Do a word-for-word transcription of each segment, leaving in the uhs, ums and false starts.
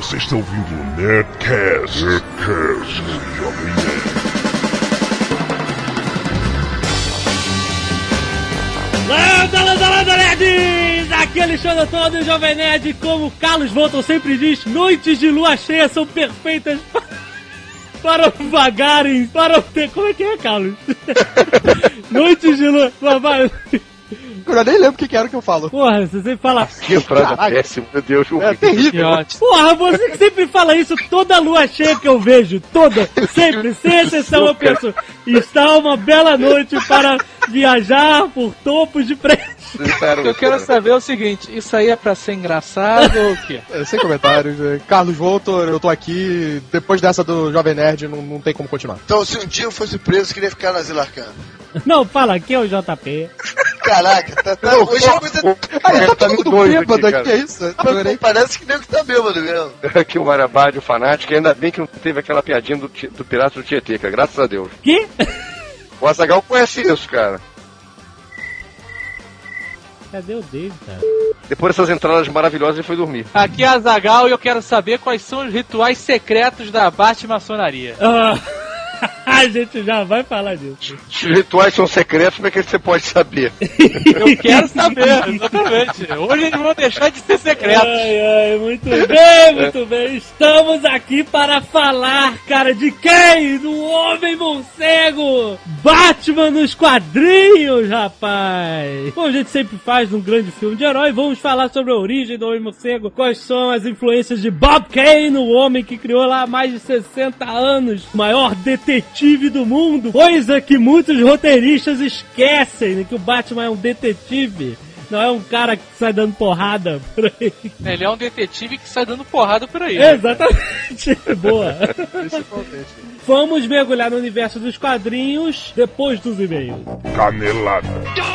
Você está ouvindo o Nerdcast. Nerdcast, Jovem Nerd. Landa, landa, landa, nerds! Aqui é Alexandre Antônio, Jovem Nerd. Como Carlos Volton sempre diz, noites de lua cheia são perfeitas para vagarem, para ter... Como é que é, Carlos? Noites de lua... Eu já nem lembro o que, que era que eu falo. Porra, você sempre fala... Que frase péssima, meu Deus. É terrível. Porra, você que sempre fala isso toda lua cheia que eu vejo. Toda, sempre, sem exceção eu penso. Está uma bela noite para viajar por topos de prédio. Eu quero saber o seguinte, isso aí é pra ser engraçado ou o quê? É, sem comentários. É, Carlos Voltor, eu tô aqui. Depois dessa do Jovem Nerd, não, não tem como continuar. Então, se um dia eu fosse preso, queria ficar na Zila Arcana. Não, fala, aqui é o J P. Caraca, tá, tá, hoje é coisa... Ah, tá, tá todo mundo doido bêbado aqui, aqui, é isso? Mas, parece que nego tá bêbado mesmo. Aqui o Marabá, o fanático, ainda bem que não teve aquela piadinha do, do Pirata do Tietê, cara, graças a Deus. Que? O Azaghal conhece isso, cara. Cadê o David, cara? Depois dessas entradas maravilhosas, ele foi dormir. Aqui é Azaghal e eu quero saber quais são os rituais secretos da Batmaçonaria. Ah, a gente já vai falar disso. Se os rituais são secretos, como é que você pode saber? Eu quero saber, exatamente. Hoje eles vão deixar de ser secretos. Ai, ai, muito bem, muito bem. Estamos aqui para falar, cara, de quem? Do Homem Morcego! Batman nos quadrinhos, rapaz! Como a gente sempre faz num grande filme de herói, vamos falar sobre a origem do Homem Morcego, quais são as influências de Bob Kane, o homem que criou lá há mais de sessenta anos, o maior detetive do mundo, coisa que muitos roteiristas esquecem, né, que o Batman é um detetive. Não é um cara que sai dando porrada por aí. Ele é um detetive que sai dando porrada por aí. Né? Exatamente. Boa. Vamos mergulhar no universo dos quadrinhos depois dos e-mails. Canelada.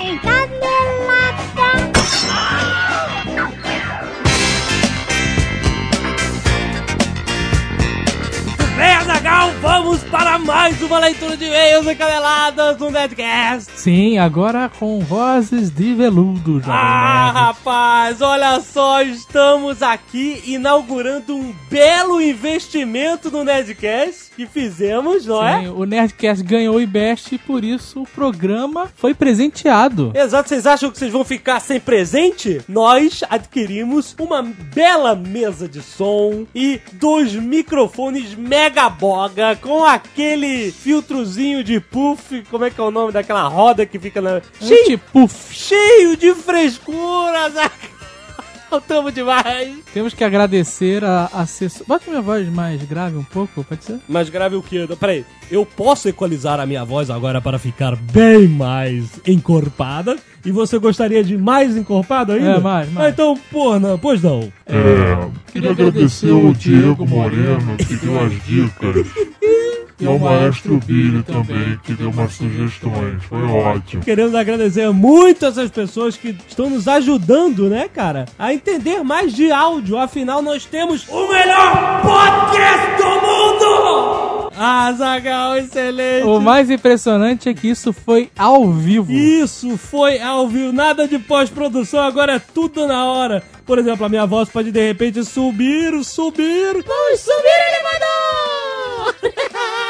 Bem, Azaghal, vamos para mais uma leitura de e-mails e caneladas no Nerdcast. Sim, agora com vozes de veludo. Ah, Nerd. rapaz, olha só, estamos aqui inaugurando um belo investimento no Nerdcast que fizemos, não Sim, é? o Nerdcast ganhou o IBEST e por isso o programa foi presenteado. Exato, vocês acham que vocês vão ficar sem presente? Nós adquirimos uma bela mesa de som e dois microfones mega boga com aquele filtrozinho de puff, como é que é o nome daquela roda que fica na... Cheio, puff. cheio de frescura, faltamos demais. Temos que agradecer a assessor... Bota minha voz mais grave um pouco, pode ser? Mais grave o quê? Peraí, eu posso equalizar a minha voz agora para ficar bem mais encorpada? E você gostaria de mais encorpado ainda? É, mais, mais. Ah, então, pô, não, pois não. É, queria agradecer ao Diego Moreno, que deu as dicas. E ao Maestro Billy também, que deu umas sugestões. Foi ótimo. Queremos agradecer muito essas pessoas que estão nos ajudando, né, cara? A entender mais de áudio. Afinal, nós temos o melhor podcast do mundo! Ah, Azaghal, excelente! O mais impressionante é que isso foi ao vivo. Isso foi ao vivo. Nada de pós-produção, agora é tudo na hora. Por exemplo, a minha voz pode de repente subir, subir. Vamos subir, elevador!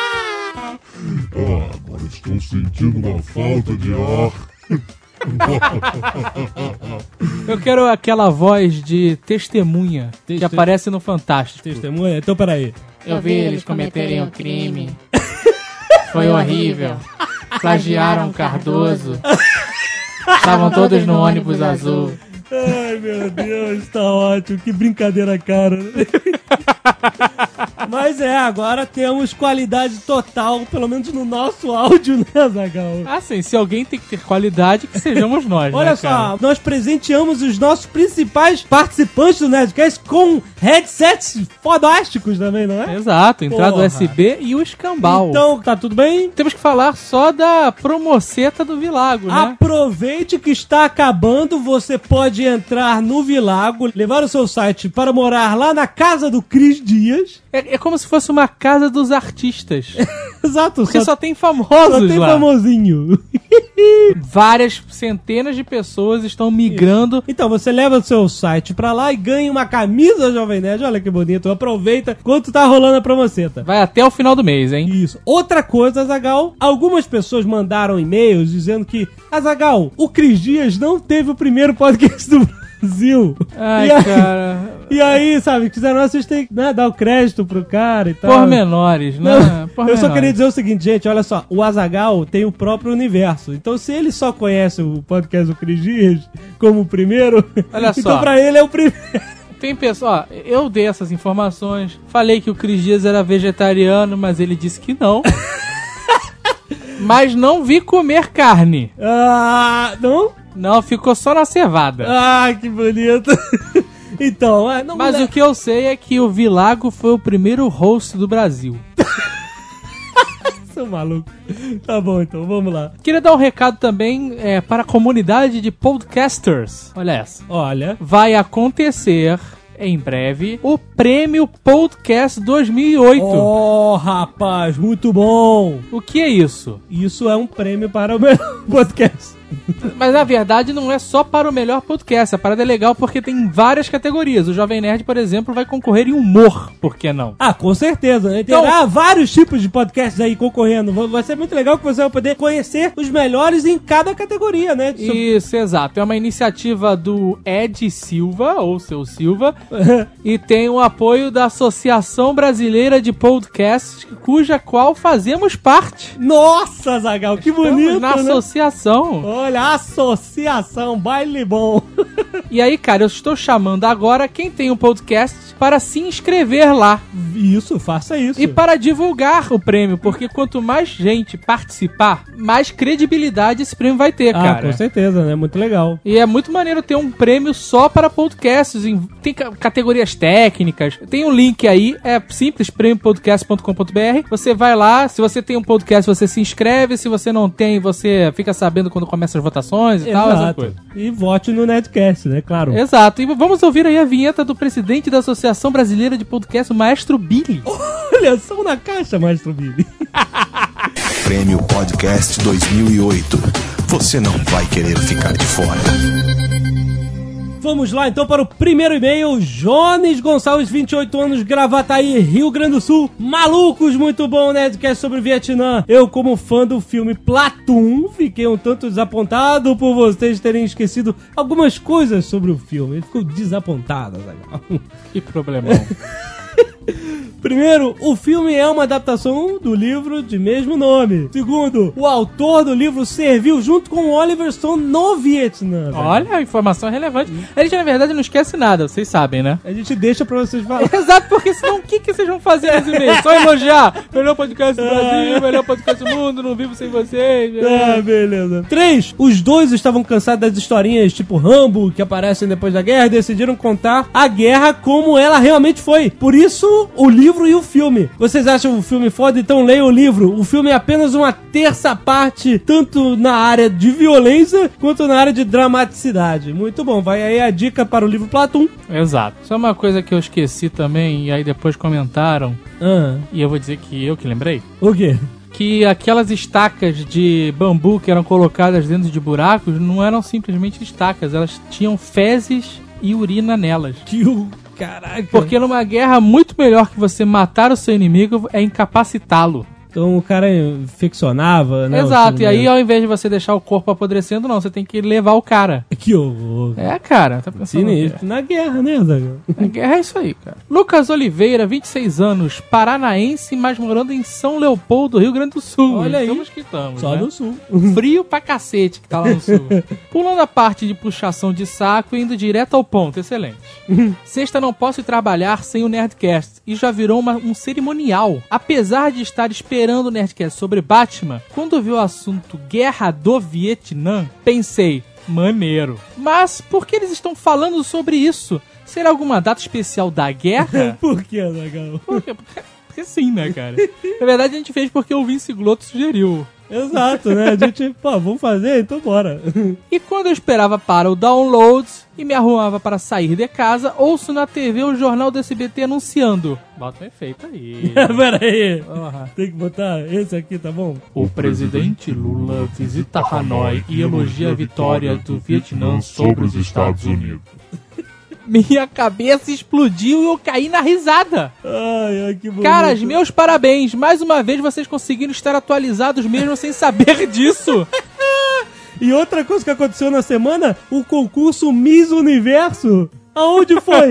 Ah, agora estou sentindo uma falta de ar. Eu quero aquela voz de testemunha que Teste- aparece no Fantástico. Testemunha? Então, peraí. Eu vi eles cometerem o crime. Foi horrível. Plagiaram Cardoso. Estavam todos no ônibus azul. Ai, meu Deus, tá ótimo. Que brincadeira, cara. Mas é, agora temos qualidade total, pelo menos no nosso áudio, né, Azaghal? Ah, sim, se alguém tem que ter qualidade, que sejamos nós, Olha né, só, cara? nós presenteamos os nossos principais participantes do Nerdcast com headsets fodásticos também, não é? Exato, entrada Porra. U S B e o escambau. Então, tá tudo bem? Temos que falar só da promoceta do Vilago, né? Aproveite que está acabando, você pode entrar no Vilago, levar o seu site para morar lá na casa do Cris Dias. É, é como se fosse uma casa dos artistas. Exato. Porque só, só tem famosos só tem lá. famosinho. Várias centenas de pessoas estão migrando. Então, você leva o seu site pra lá e ganha uma camisa Jovem Nerd. Olha que bonito. Aproveita enquanto tá rolando a promoceta. Vai até o final do mês, hein? Isso. Outra coisa, Azaghal, algumas pessoas mandaram e-mails dizendo que, Azaghal, o Cris Dias não teve o primeiro podcast do Brasil. Ai, e aí, cara. E aí, sabe, quiseram, vocês têm que né, dar o crédito pro cara e tal. Pormenores, né? Não, Por eu só menores. queria dizer o seguinte, gente, olha só, o Azaghal tem o próprio universo. Então, se ele só conhece o podcast do Cris Dias como o primeiro, Olha então só. pra ele é o primeiro. Tem pessoa, ó, eu dei essas informações, falei que o Cris Dias era vegetariano, mas ele disse que não. Mas não vi comer carne. Ah, não? Não, ficou só na cevada. Ah, que bonito. Então, é, não Mas mulher... o que eu sei é que o Vilago foi o primeiro host do Brasil. Seu maluco. Tá bom, então, vamos lá. Queria dar um recado também é, para a comunidade de podcasters. Olha essa. Olha. Vai acontecer em breve o Prêmio Podcast dois mil e oito. Oh, rapaz, muito bom. O que é isso? Isso é um prêmio para o meu podcast. Mas na verdade não é só para o melhor podcast. A parada é legal porque tem várias categorias. O Jovem Nerd, por exemplo, vai concorrer em humor. Por que não? Ah, com certeza. Né? Então- Terá vários tipos de podcasts aí concorrendo. Vai ser muito legal que você vai poder conhecer os melhores em cada categoria, né? Isso, exato. É uma iniciativa do Ed Silva, ou Seu Silva, e tem o apoio da Associação Brasileira de Podcasts, cuja qual fazemos parte. Nossa, Azaghal, que Estamos bonito, na né? associação. Olha, associação, baile bom. E aí, cara, eu estou chamando agora quem tem um podcast para se inscrever lá. Isso, faça isso. E para divulgar o prêmio, porque quanto mais gente participar, mais credibilidade esse prêmio vai ter, Ah, cara. com certeza, né? Muito legal. E é muito maneiro ter um prêmio só para podcasts. em- Tem ca- categorias técnicas. Tem um link aí, é simples, prêmio podcast ponto com ponto b r. Você vai lá, se você tem um podcast, você se inscreve. Se você não tem, você fica sabendo quando começam as votações e tal, essa Exato. coisa. E vote no Nerdcast, né? Claro. Exato. E vamos ouvir aí a vinheta do presidente da Associação Brasileira de Podcast, o Maestro Billy. Olha, som na caixa, Maestro Billy. Prêmio Podcast dois mil e oito. Você não vai querer ficar de fora. Vamos lá então para o primeiro e-mail. Jones Gonçalves, vinte e oito anos, Gravataí, Rio Grande do Sul. Malucos, muito bom, Nerdcast sobre o Vietnã. Eu, como fã do filme Platoon, fiquei um tanto desapontado por vocês terem esquecido algumas coisas sobre o filme. Ele ficou desapontado, legal. Que problemão. Primeiro, o filme é uma adaptação do livro de mesmo nome. Segundo, o autor do livro serviu junto com o Oliver Stone no Vietnã. velho. Olha, a informação é relevante. A gente, na verdade, não esquece nada, vocês sabem, né? A gente deixa pra vocês falarem. Exato, porque senão o que, que vocês vão fazer nesse e-mail? Só elogiar. Melhor podcast do Brasil, melhor podcast do mundo, não vivo sem vocês. Ah, beleza. Três, os dois estavam cansados das historinhas tipo Rambo, que aparecem depois da guerra, e decidiram contar a guerra como ela realmente foi. Por isso, o livro e o filme. Vocês acham o filme foda? Então leiam o livro. O filme é apenas uma terça parte, tanto na área de violência, quanto na área de dramaticidade. Muito bom. Vai aí a dica para o livro Platoon. Exato. Isso é uma coisa que eu esqueci também, e aí depois comentaram, Ah, e eu vou dizer que eu que lembrei. o quê? Que aquelas estacas de bambu que eram colocadas dentro de buracos não eram simplesmente estacas, elas tinham fezes e urina nelas. Que o... Caraca. Porque numa guerra, muito melhor que você matar o seu inimigo é incapacitá-lo. Então o cara infeccionava, né? Exato, o e aí ao invés de você deixar o corpo apodrecendo, não, você tem que levar o cara. Que horror. É, cara, tá pensando o quê? Sinistro. Na guerra, né, Zagal? A guerra é isso aí, cara. Lucas Oliveira, vinte e seis anos, paranaense, mas morando em São Leopoldo, Rio Grande do Sul. Olha aí. Estamos que estamos, Só né? do sul. Frio pra cacete que tá lá no sul. Pulando a parte de puxação de saco e indo direto ao ponto. Excelente. Sexta não posso ir trabalhar sem o Nerdcast. E já virou uma- um cerimonial. Apesar de estar esperando o Nerdcast sobre Batman, quando vi o assunto Guerra do Vietnã, pensei, maneiro. Mas por que eles estão falando sobre isso? Será alguma data especial da guerra? Por que, Zagal? Por quê? Porque, porque sim, né, cara? Na verdade, a gente fez porque o Vince Glotto sugeriu. Exato, né? A gente, pô, vamos fazer? Então bora. E quando eu esperava para o download e me arrumava para sair de casa, ouço na T V o jornal do S B T anunciando. Bota um efeito aí. Pera aí. Uhum. Tem que botar esse aqui, tá bom? O presidente Lula visita Hanoi e elogia a vitória do Vietnã sobre os Estados Unidos. Minha cabeça explodiu e eu caí na risada. Ai, ai, que bonito. Caras, meus parabéns. Mais uma vez vocês conseguiram estar atualizados mesmo sem saber disso. E outra coisa que aconteceu na semana, o concurso Miss Universo. Aonde foi?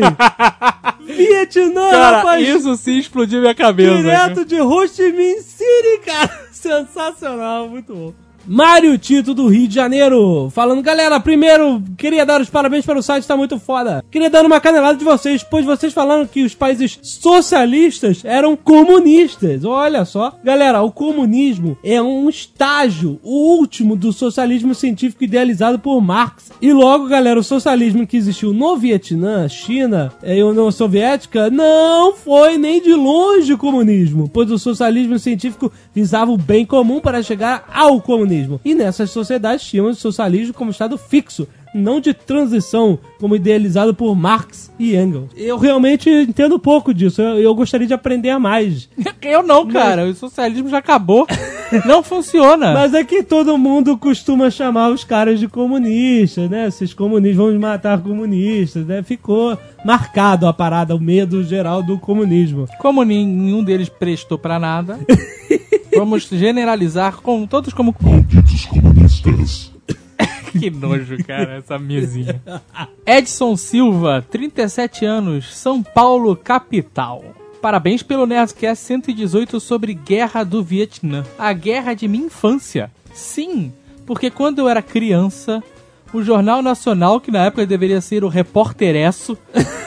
Vietnã, cara, rapaz. Isso sim explodiu minha cabeça. Direto de Ho Chi Minh City, cara. Sensacional, muito bom. Mário Tito do Rio de Janeiro, falando, galera, primeiro, queria dar os parabéns para o site, tá muito foda. Queria dar uma canelada de vocês, pois vocês falaram que os países socialistas eram comunistas. Olha só. Galera, o comunismo é um estágio, o último do socialismo científico idealizado por Marx. E logo, galera, o socialismo que existiu no Vietnã, China e União Soviética não foi nem de longe comunismo, pois o socialismo científico visava o bem comum para chegar ao comunismo. E nessas sociedades tínhamos o socialismo como estado fixo, não de transição, como idealizado por Marx e Engels. Eu realmente entendo pouco disso, eu, eu gostaria de aprender mais. Eu não, cara, Mas... o socialismo já acabou, não funciona. Mas é que todo mundo costuma chamar os caras de comunistas, né? Esses comunistas, vamos matar comunistas, né? Ficou marcado a parada, o medo geral do comunismo. Como nenhum deles prestou pra nada... Vamos generalizar com todos como... Malditos comunistas. Que nojo, cara, essa mesinha. Edson Silva, trinta e sete anos, São Paulo, capital. Parabéns pelo Nerdcast cento e dezoito sobre Guerra do Vietnã. A guerra de minha infância. Sim, porque quando eu era criança, o Jornal Nacional, que na época deveria ser o Repórteresso...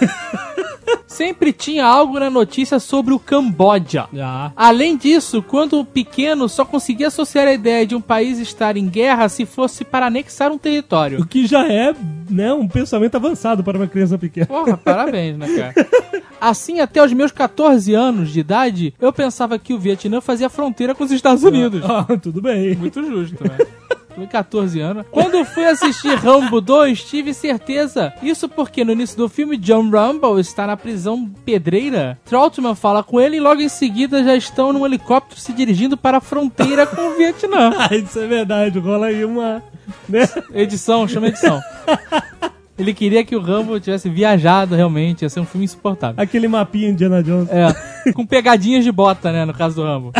sempre tinha algo na notícia sobre o Camboja. Ah. Além disso, quando pequeno, só conseguia associar a ideia de um país estar em guerra se fosse para anexar um território. O que já é, né, um pensamento avançado para uma criança pequena. Porra, parabéns, né, cara? Assim, até os meus catorze anos de idade, eu pensava que o Vietnã fazia fronteira com os Estados Unidos. Ah, ah, tudo bem. Muito justo, né? catorze anos. Quando eu fui assistir Rambo dois, tive certeza. Isso porque no início do filme, John Rambo está na prisão pedreira. Troutman fala com ele e logo em seguida já estão num helicóptero se dirigindo para a fronteira com o Vietnã. Ah, isso é verdade. Rola aí uma... né? Edição, chama edição. Ele queria que o Rambo tivesse viajado realmente. Ia ser um filme insuportável. Aquele mapinha Indiana Jones. É, com pegadinhas de bota, né, no caso do Rambo.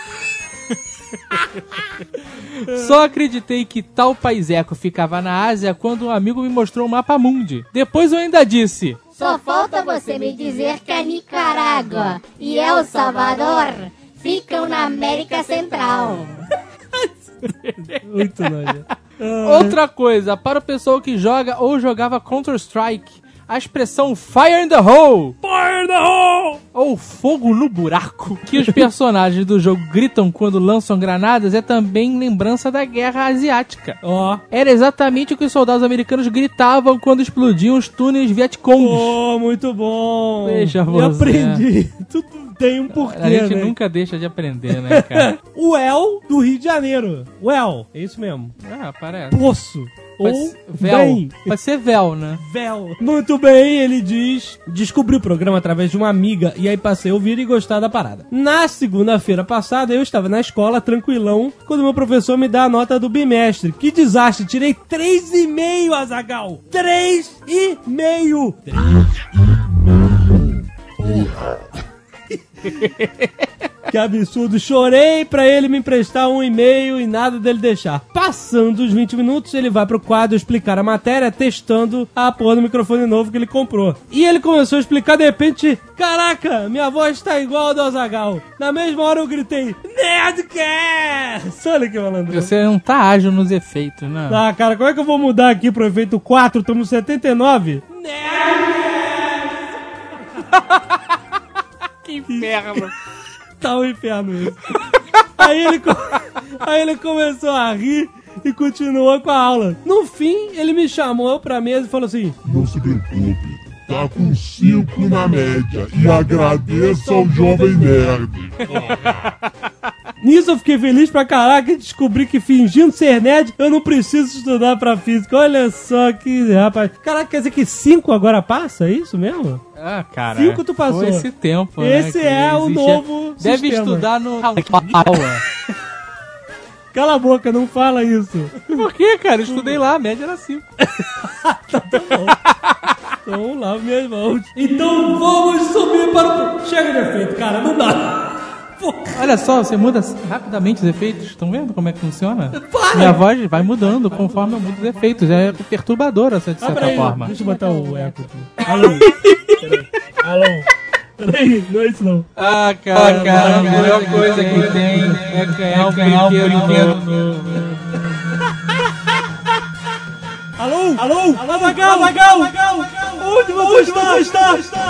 Só acreditei que tal paiseco ficava na Ásia quando um amigo me mostrou o mapa mundi. Depois eu ainda disse: só falta você me dizer que a Nicarágua e El Salvador ficam na América Central. Muito nojento. Outra coisa, para o pessoal que joga ou jogava Counter-Strike, a expressão Fire in the Hole, Fire in the Hole, ou fogo no buraco, que os personagens do jogo gritam quando lançam granadas, é também lembrança da guerra asiática. Oh. Era exatamente o que os soldados americanos gritavam quando explodiam os túneis Vietcongs. Oh, muito bom. Deixa você. Eu aprendi. Tudo tem um porquê, a gente né? nunca deixa de aprender, né, cara? O El do Rio de Janeiro. O El, é isso mesmo. Ah, parece. Poço. Pode Ou véu. bem. Pode ser véu, né? Véu. Muito bem, ele diz: descobri o programa através de uma amiga e aí passei a ouvir e gostar da parada. Na segunda-feira passada, eu estava na escola, tranquilão, quando meu professor me dá a nota do bimestre. Que desastre, tirei três e meio, Azaghal. três e meio. Que absurdo, chorei pra ele me emprestar um e-mail e nada dele deixar. Passando os vinte minutos, ele vai pro quadro explicar a matéria, testando a porra do microfone novo que ele comprou. E ele começou a explicar, de repente, caraca, minha voz tá igual a do Azaghal. Na mesma hora eu gritei, Nerdcast! Olha que malandro. Você não tá ágil nos efeitos, né? Ah, cara, como é que eu vou mudar aqui pro efeito quatro? Tô no setenta e nove. Nerdcast! Que inferno. Tá um inferno isso. Aí ele, aí ele começou a rir e continuou com a aula. No fim, ele me chamou pra mesa e falou assim: não se preocupe, tá com cinco na média e agradeça ao Jovem Nerd. Nisso eu fiquei feliz pra caraca e descobri que fingindo ser nerd, eu não preciso estudar pra física. Olha só que, rapaz. Caraca, quer dizer que cinco agora passa? É isso mesmo? Ah, cara. Cinco tu passou. Foi esse tempo, Esse né, é o existe... novo Deve sistema. estudar no... Cala a boca, não fala isso. Por que, cara? Eu estudei lá, a média era cinco. Tá bom. Então vamos lá, minhas mãos. Então vamos subir para o... Chega de efeito, cara, não dá. Olha só, você muda rapidamente os efeitos. Estão vendo como é que funciona? Para! Minha voz vai mudando conforme eu mudo os efeitos. É perturbador, assim, de certa Ah, aí, forma. deixa eu botar o eco aqui. Alô? Peraí. Alô? Peraí, não é isso não. Ah, cara, ah, cara a melhor coisa que tem é ganhar um brinquedo novo. Alô? Alô? Alô, Azaghal, Azaghal, Azaghal! Onde você está? Onde está? está?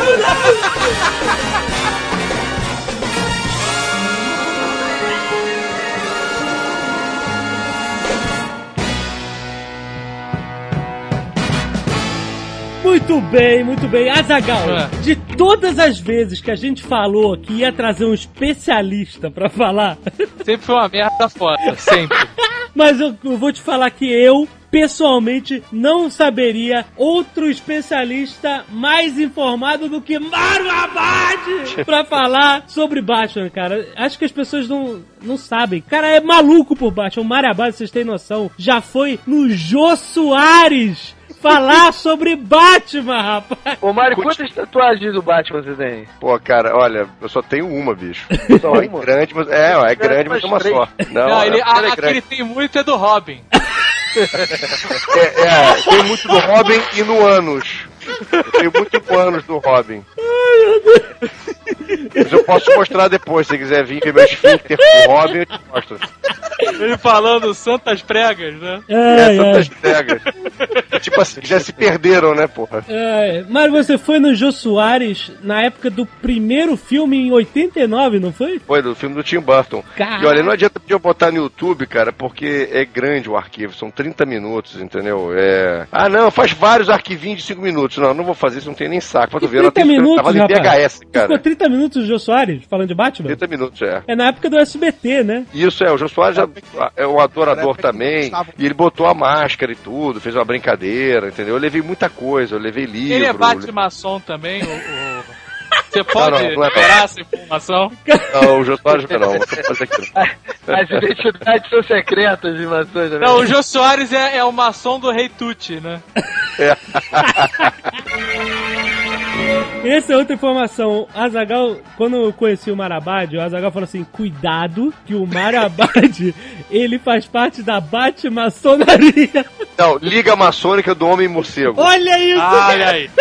Muito bem, muito bem. Azaghal, é. de todas as vezes que a gente falou que ia trazer um especialista pra falar... Sempre foi uma merda foda, sempre. Mas eu, eu vou te falar que eu, pessoalmente, não saberia outro especialista mais informado do que Mario Abad pra falar sobre Batman, cara. Acho que as pessoas não, não sabem. Cara, é maluco por Batman. O Mario Abad, vocês têm noção, já foi no Jô Soares falar sobre Batman, rapaz. Ô, Mário, quantas tatuagens do Batman você tem? Pô, cara, olha, eu só tenho uma, bicho. Só uma? É grande, mas... É, é grande, mas uma só. Não, Não, ele, é, a, é a que ele tem muito é do Robin. É, é, tem muito do Robin e no ânus. Tem muito no ânus do Robin. Mas eu posso mostrar depois, se quiser vir ver meu esfíncter com o Robin, eu te mostro. Ele falando santas pregas, né? É, é santas é. pregas. Tipo assim, já se perderam, né, porra? É, mas você foi no Jô Soares na época do primeiro filme em oitenta e nove, não foi? Foi, do filme do Tim Burton. Caraca. E olha, não adianta eu botar no YouTube, cara, porque é grande o arquivo, são trinta minutos, entendeu? É... Ah, não, faz vários arquivinhos de cinco minutos. Não, não vou fazer isso, não tem nem saco. Pra tu ver, trinta minutos, tava em V H S, cara. Ficou trinta minutos o Jô Soares falando de Batman? trinta minutos, é. É na época do S B T, né? Isso, é, o Jô Soares já é um adorador também, e ele botou a máscara e tudo, fez uma brincadeira, entendeu? Eu levei muita coisa, eu levei livro. Ele é Batmaçom também, o... o... Você pode não, não, não é esperar essa informação? Não, o Jô Soares não, não vou fazer aquilo. As identidades são secretas de maçons, né? Não, o Jô Soares é, é o maçom do Rei Tucci, né? É. Essa é outra informação. Azaghal, quando eu conheci o Mario Abad, o Azaghal falou assim, cuidado que o Mario Abad, ele faz parte da Batmaçonaria. Não, Liga Maçônica do Homem Morcego. Olha isso! Ah, olha aí.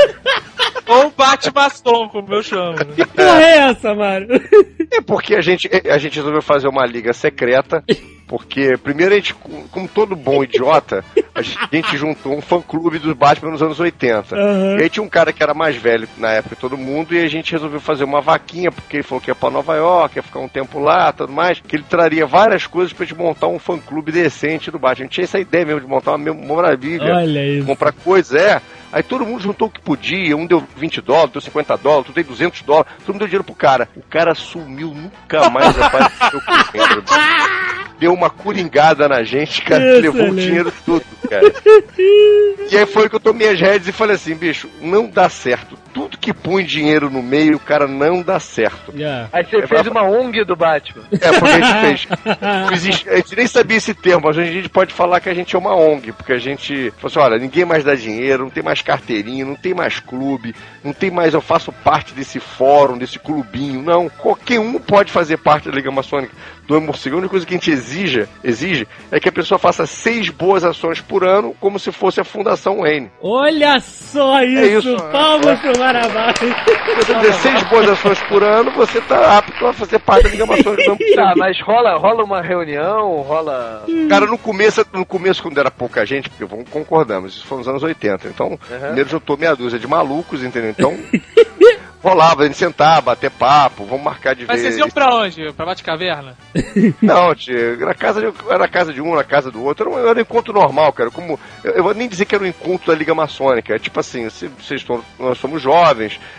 Ou Batmaçom, como eu chamo. Né? Que porra é essa, Mário? É porque a gente, a gente resolveu fazer uma liga secreta, porque primeiro a gente, como todo bom idiota, a gente juntou um fã-clube dos Batman nos anos oitenta. Uhum. E aí tinha um cara que era mais velho na época de todo mundo, e a gente resolveu fazer uma vaquinha, porque ele falou que ia pra Nova York, ia ficar um tempo lá, tudo mais, que ele traria várias coisas pra gente montar um fã-clube decente do Batman. A gente tinha essa ideia mesmo de montar uma memorabilia, olha isso, comprar coisas, é... Aí todo mundo juntou o que podia, um deu vinte dólares, deu cinquenta dólares, tu deu duzentos dólares, todo mundo deu dinheiro pro cara. O cara sumiu, nunca mais apareceu com dinheiro. Deu uma coringada na gente, cara, que levou o dinheiro tudo, cara. E aí foi que eu tomei as rédeas e falei assim, bicho, não dá certo. Tudo que põe dinheiro no meio, o cara não dá certo. Yeah. Aí você é, fez pra... uma O N G do Batman. É, porque a gente fez. Existe, a gente nem sabia esse termo, mas hoje a gente pode falar que a gente é uma O N G, porque a gente falou assim, olha, ninguém mais dá dinheiro, não tem mais carteirinha, não tem mais clube, não tem mais, eu faço parte desse fórum, desse clubinho, não. Qualquer um pode fazer parte da Liga Maçônica do Homem Morcego. A única coisa que a gente exige, exige é que a pessoa faça seis boas ações por ano, como se fosse a Fundação Wayne. Olha só isso! É isso. Palmas pro Marabá! Se você fizer seis boas ações por ano, você tá apto a fazer parte da Liga Maçônica do Homem Morcego. Tá, mas rola, rola uma reunião, rola... Cara, no começo, no começo, quando era pouca gente, porque vamos concordamos, isso foi nos anos oitenta, então, uhum. primeiro juntou meia dúzia de malucos, entendeu? Então, rolava, a gente sentar, bater papo, vamos marcar de Mas ver. Mas vocês iam pra onde? Pra Batcaverna? Não, tia, na casa de, era na casa de um, na casa do outro, era um, era um encontro normal, cara, como, eu, eu vou nem dizer que era um encontro da Liga Maçônica, é tipo assim, vocês estão, nós somos jovens,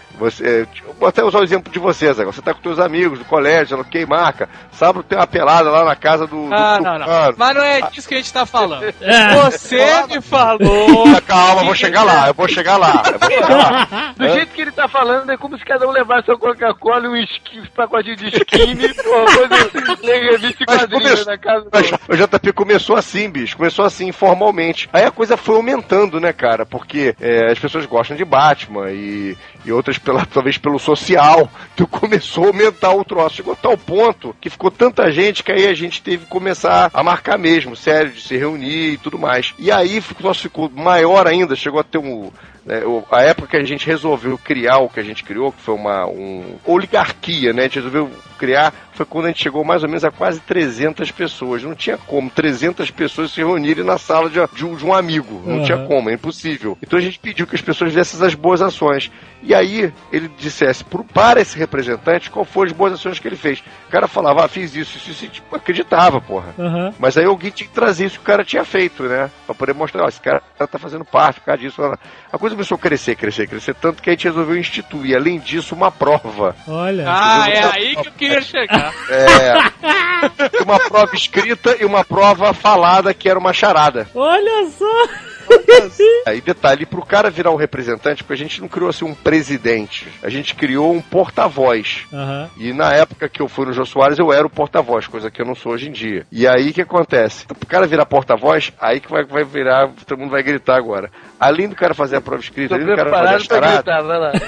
Você, vou até usar o exemplo de vocês agora. Você tá com teus amigos do colégio, ok, marca. Sábado tem uma pelada lá na casa do. do ah, não, não. Mas não é disso que a gente tá falando. Você me falou. Calma, eu vou chegar lá, eu vou chegar lá. Eu vou chegar lá. Do jeito que ele tá falando, é como se cada um levasse sua Coca-Cola e um esqui, pacotinho de skinny, uma coisa revista e quadrinhos na casa do... Mas o J P começou assim, bicho. Começou assim, informalmente. Aí a coisa foi aumentando, né, cara? Porque é, as pessoas gostam de Batman e, e outras, pela, talvez pelo social. Então começou a aumentar o troço. Chegou a tal ponto que ficou tanta gente que aí a gente teve que começar a marcar mesmo, sério, de se reunir e tudo mais. E aí o troço ficou maior ainda. Chegou a ter um... É, a época que a gente resolveu criar o que a gente criou, que foi uma um, oligarquia, né? A gente resolveu criar, foi quando a gente chegou mais ou menos a quase trezentas pessoas. Não tinha como trezentas pessoas se reunirem na sala de, de, de um amigo. Não uhum. tinha como, é impossível. Então a gente pediu que as pessoas viessem as boas ações. E aí ele dissesse pro, para esse representante qual foram as boas ações que ele fez. O cara falava, ah, fiz isso, isso, isso, e tipo, acreditava, porra. Uhum. Mas aí alguém tinha que trazer isso que o cara tinha feito, né? Pra poder mostrar, ó, esse cara tá fazendo parte, por causa disso. A coisa começou a crescer, crescer, crescer, tanto que a gente resolveu instituir, além disso, uma prova. Olha. Ah, é aí que eu queria chegar. É. Uma prova escrita e uma prova falada, que era uma charada. Olha só! Aí detalhe, pro cara virar um representante, porque a gente não criou assim um presidente, a gente criou um porta-voz. Uhum. E na época que eu fui no Jô Soares, eu era o porta-voz, coisa que eu não sou hoje em dia. E aí o que acontece? Pro cara virar porta-voz, aí que vai, vai virar, todo mundo vai gritar agora. Além do cara fazer a prova escrita, além do cara fazer a charada. Gritar, vai lá.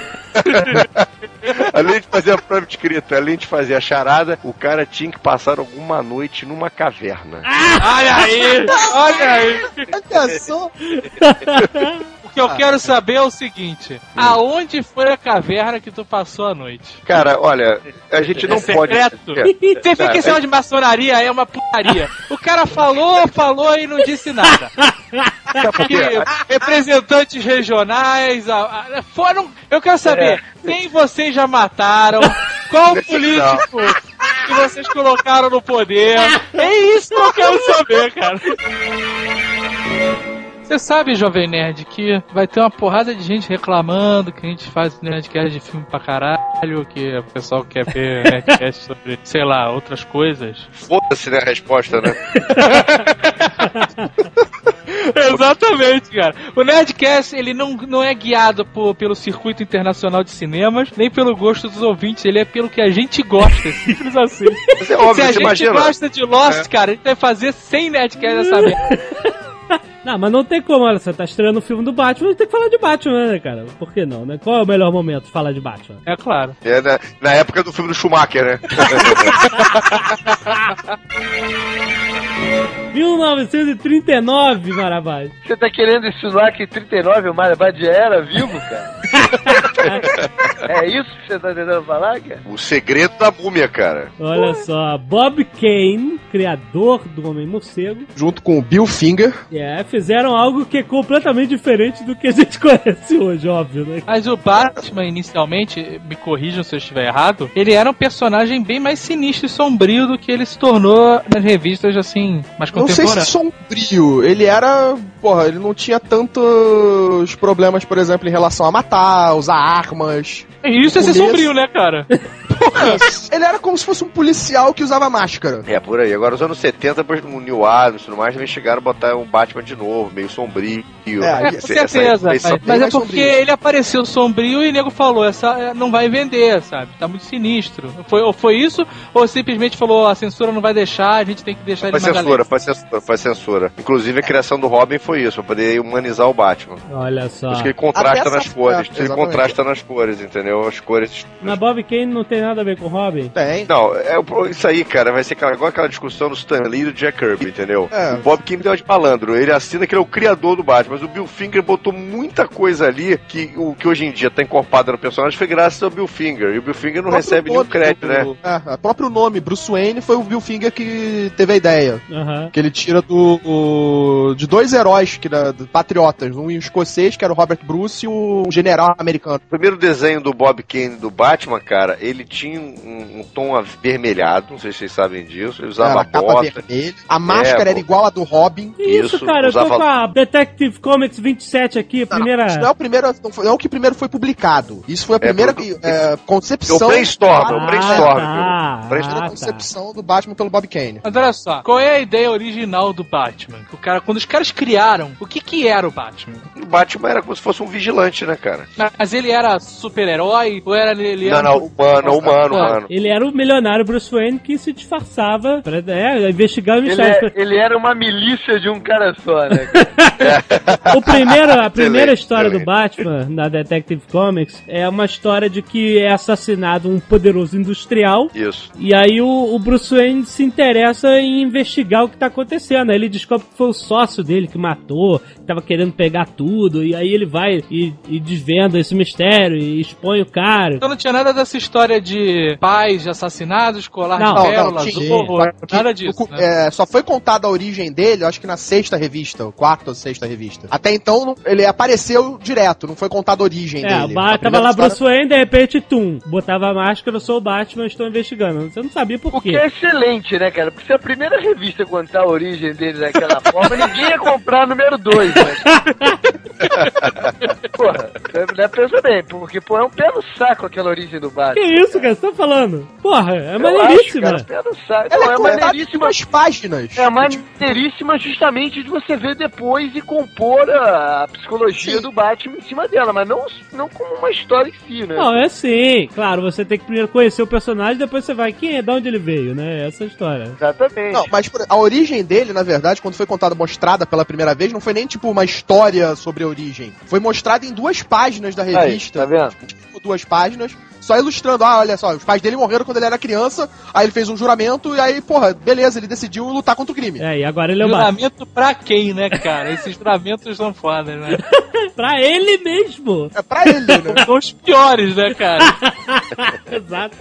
Além de fazer a prova escrita, além de fazer a charada, o cara tinha que passar alguma noite numa caverna. Ah, olha aí! Olha aí! Olha só! O que eu quero saber é o seguinte: hum. aonde foi a caverna que tu passou a noite? Cara, olha, a gente não é pode. Secreto. Você fica esse é... de maçonaria, é uma putaria. O cara falou, falou e não disse nada. Porque representantes regionais a, a, foram. Eu quero saber é. quem vocês já mataram, qual político que vocês colocaram no poder. É isso que eu quero saber, cara. Você sabe, Jovem Nerd, que vai ter uma porrada de gente reclamando que a gente faz Nerdcast de filme pra caralho, que o pessoal quer ver Nerdcast sobre, sei lá, outras coisas. Foda-se, né, a resposta, né? Exatamente, cara. O Nerdcast, ele não, não é guiado por, pelo circuito internacional de cinemas, nem pelo gosto dos ouvintes, ele é pelo que a gente gosta, simples assim. Mas é óbvio, se a gente imagina. gosta de Lost, é. cara, a gente vai fazer sem Nerdcast essa merda. Não, mas não tem como, olha, você tá estreando o filme do Batman, a gente tem que falar de Batman, né, cara? Por que não, né? Qual é o melhor momento de falar de Batman? É claro. É na, na época do filme do Schumacher, né? mil novecentos e trinta e nove, Marabás. Você tá querendo insinuar que em trinta e nove o Marabás já era vivo, cara? É isso que você tá tentando falar, cara? O segredo da múmia, cara. Olha só, Bob Kane, criador do Homem-Morcego, junto com o Bill Finger, é, fizeram algo que é completamente diferente do que a gente conhece hoje, óbvio, né? Mas o Batman, inicialmente, me corrijam se eu estiver errado, ele era um personagem bem mais sinistro e sombrio do que ele se tornou nas revistas, assim, mais contemporâneas. Não sei se sombrio, ele era, porra, ele não tinha tantos problemas, por exemplo, em relação a matar, usar armas. Isso é ser sombrio, né, cara? Porra, ele era como se fosse um policial que usava máscara. É, por aí. Agora, nos anos setenta, depois do New Adams e tudo mais, eles chegaram a botar um Batman de novo, meio sombrio. É, com certeza. Mas, mas é porque sombrio. Ele apareceu sombrio e o nego falou, essa não vai vender, sabe? Tá muito sinistro. Foi, ou foi isso, ou simplesmente falou, a censura não vai deixar, a gente tem que deixar ele na censura, foi censura, foi censura. Inclusive, a criação do Robin foi isso, pra poder humanizar o Batman. Olha só. Acho que ele contrasta nas cores. É, ele contrasta nas cores, entendeu? As cores... Mas Bob Kane não tem nada a ver com o Robin? Tem. Não, é, isso aí, cara, vai ser aquela, igual aquela discussão do Stan Lee e do Jack Kirby, entendeu? É. O Bob Kane deu de malandro, ele assina que ele é o criador do Batman, mas o Bill Finger botou muita coisa ali que o que hoje em dia tá encorpada no personagem foi graças ao Bill Finger, e o Bill Finger não recebe nenhum crédito, do, né? É, o próprio nome, Bruce Wayne, foi o Bill Finger que teve a ideia. Uhum. Que ele tira do o, de dois heróis que da, patriotas, um escocês, que era o Robert Bruce, e um general americano. O primeiro desenho do Bob Kane do Batman, cara, ele tinha tinha um, um tom avermelhado, não sei se vocês sabem disso. Ele usava a capa vermelha. A máscara é, era igual a do Robin. Isso, isso cara, usava... eu tô com a Detective Comics vinte e sete aqui, a não, primeira... Isso não é o primeiro, não, foi, não é o que primeiro foi publicado. Isso foi a primeira é, porque... é, concepção... O brainstorm, o brainstorm. Ah, a primeira concepção tá. do Batman pelo Bob Kane. Mas olha só, qual é a ideia original do Batman? Que o cara, quando os caras criaram, o que que era o Batman? O Batman era como se fosse um vigilante, né, cara? Mas ele era super-herói? Ou era ele era Não, não, humano, humano, humano. Ele era o milionário Bruce Wayne que se disfarçava pra é, investigar os mistérios. Ele, é, ele era uma milícia de um cara só, né? o primeiro, a primeira excelente, história excelente. do Batman, na Detective Comics, é uma história de que é assassinado um poderoso industrial. Isso. E aí o, o Bruce Wayne se interessa em investigar o que tá acontecendo. Aí ele descobre que foi o sócio dele que matou, que tava querendo pegar tudo. E aí ele vai e, e desvenda esse mistério e expõe o cara. Então não tinha nada dessa história de pais assassinados, colar não, de pérolas, nada disso. Né? É, só foi contada a origem dele, eu acho que na sexta revista, quarta ou sexta revista. Até então ele apareceu direto, não foi contada a origem é, dele. É, tava lá história... Bruce Wayne, de repente, tum, botava a máscara, eu sou o Batman, estou investigando. Você não sabia por quê. O que é excelente, né, cara? Porque se a primeira revista contar a origem dele daquela forma, ninguém ia comprar número dois, né? Porra, deve pensar bem, porque, pô, é um pé no saco aquela origem do Batman. Que isso, cara? Você tá falando? Porra, é maneiríssima. Acho, cara, pé no saco. Ela não, é, é maneiríssima. As páginas. É maneiríssima justamente de você ver depois e compor a psicologia Sim. do Batman em cima dela, mas não, não como uma história em si, né? Não, é sim. Claro, você tem que primeiro conhecer o personagem, depois você vai, quem é, de onde ele veio, né? Essa é a história. Exatamente. Não, mas a origem dele, na verdade, quando foi contada, mostrada pela primeira vez, não foi nem tipo uma história sobre a origem. Foi mostrada em duas páginas da revista. Aí, tá vendo? Tipo, duas páginas. Só ilustrando, ah, olha só, os pais dele morreram quando ele era criança, aí ele fez um juramento e aí, porra, beleza, ele decidiu lutar contra o crime. É, e agora ele é o Juramento pra quem, né, cara? Esses juramentos são foda, né? Pra ele mesmo. É pra ele, né? São os piores, né, cara? Exato.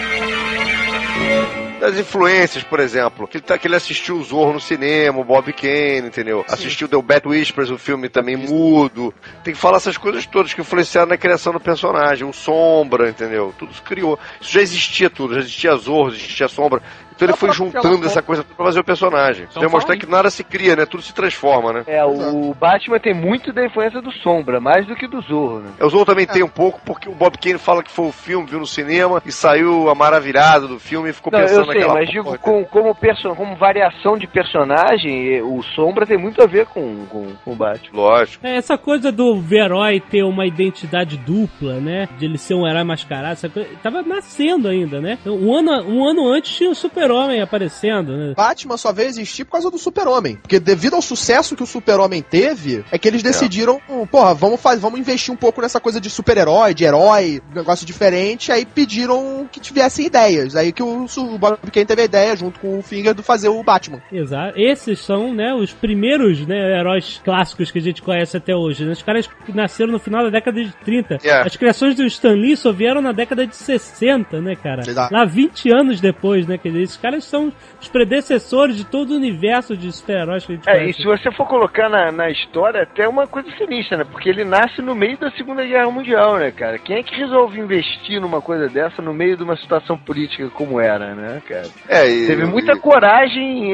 Das influências, por exemplo, que ele, tá, que ele assistiu o Zorro no cinema, o Bob Kane, entendeu? Sim. Assistiu The Bat Whispers, o filme também mudo. Tem que falar essas coisas todas que influenciaram na criação do personagem. O Sombra, entendeu? Tudo se criou. Isso já existia tudo, já existia Zorro, já existia Sombra. Então ele foi juntando essa coisa pra fazer o personagem. Então, pra mostrar que nada se cria, né? Tudo se transforma, né? É, o Batman tem muito da influência do Sombra, mais do que do Zorro, né? O Zorro também é. tem um pouco, porque o Bob Kane fala que foi o filme, viu no cinema, e saiu a maravilhada do filme e ficou Não, pensando eu sei, naquela... mas digo, com, como, perso- como variação de personagem, o Sombra tem muito a ver com, com, com o Batman. Lógico. É, essa coisa do herói ter uma identidade dupla, né? De ele ser um herói mascarado, essa coisa, tava nascendo ainda, né? Um ano, um ano antes tinha o Super-Homem aparecendo. Né? Batman só veio existir por causa do Super-Homem. Porque devido ao sucesso que o Super-Homem teve, é que eles decidiram, é. porra, vamos, faz, vamos investir um pouco nessa coisa de super-herói, de herói, um negócio diferente, aí pediram que tivessem ideias. Aí que o, o Bob Kane teve a ideia, junto com o Finger, de fazer o Batman. Exato. Esses são, né, os primeiros, né, heróis clássicos que a gente conhece até hoje. Né? Os caras que nasceram no final da década de trinta. Yeah. As criações do Stan Lee só vieram na década de sessenta, né, cara? Exato. Lá vinte anos depois, né? Quer dizer, esses caras são os predecessores de todo o universo de super-heróis que a gente É, conhece. e se você for colocar na, na história, até uma coisa sinistra, né? Porque ele nasce no meio da Segunda Guerra Mundial, né, cara? Quem é que resolve investir numa coisa dessa no meio de uma situação política como era, né, cara? É, e, Teve muita e... coragem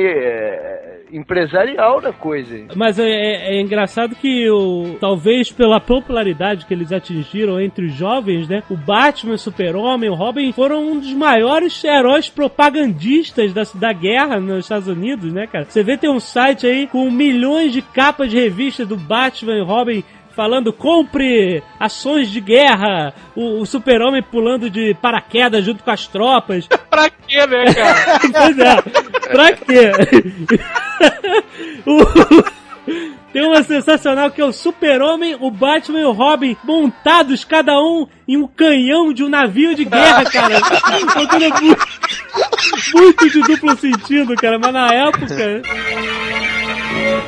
é, empresarial da coisa. Mas é, é, é engraçado que, o, talvez pela popularidade que eles atingiram entre os jovens, né? O Batman, o Super-Homem, o Robin foram um dos maiores heróis propagandistas da, da guerra nos Estados Unidos, né, cara? Você vê, tem um site aí com milhões de capas de revista do Batman e Robin falando, compre ações de guerra, o, o Super-Homem pulando de paraquedas junto com as tropas. Pra quê, né, cara? Pois é, pra quê? o... Tem uma sensacional que é o Super-Homem, o Batman e o Robin montados, cada um em um canhão de um navio de guerra, cara. Uma coisa muito, muito de duplo sentido, cara. Mas na época...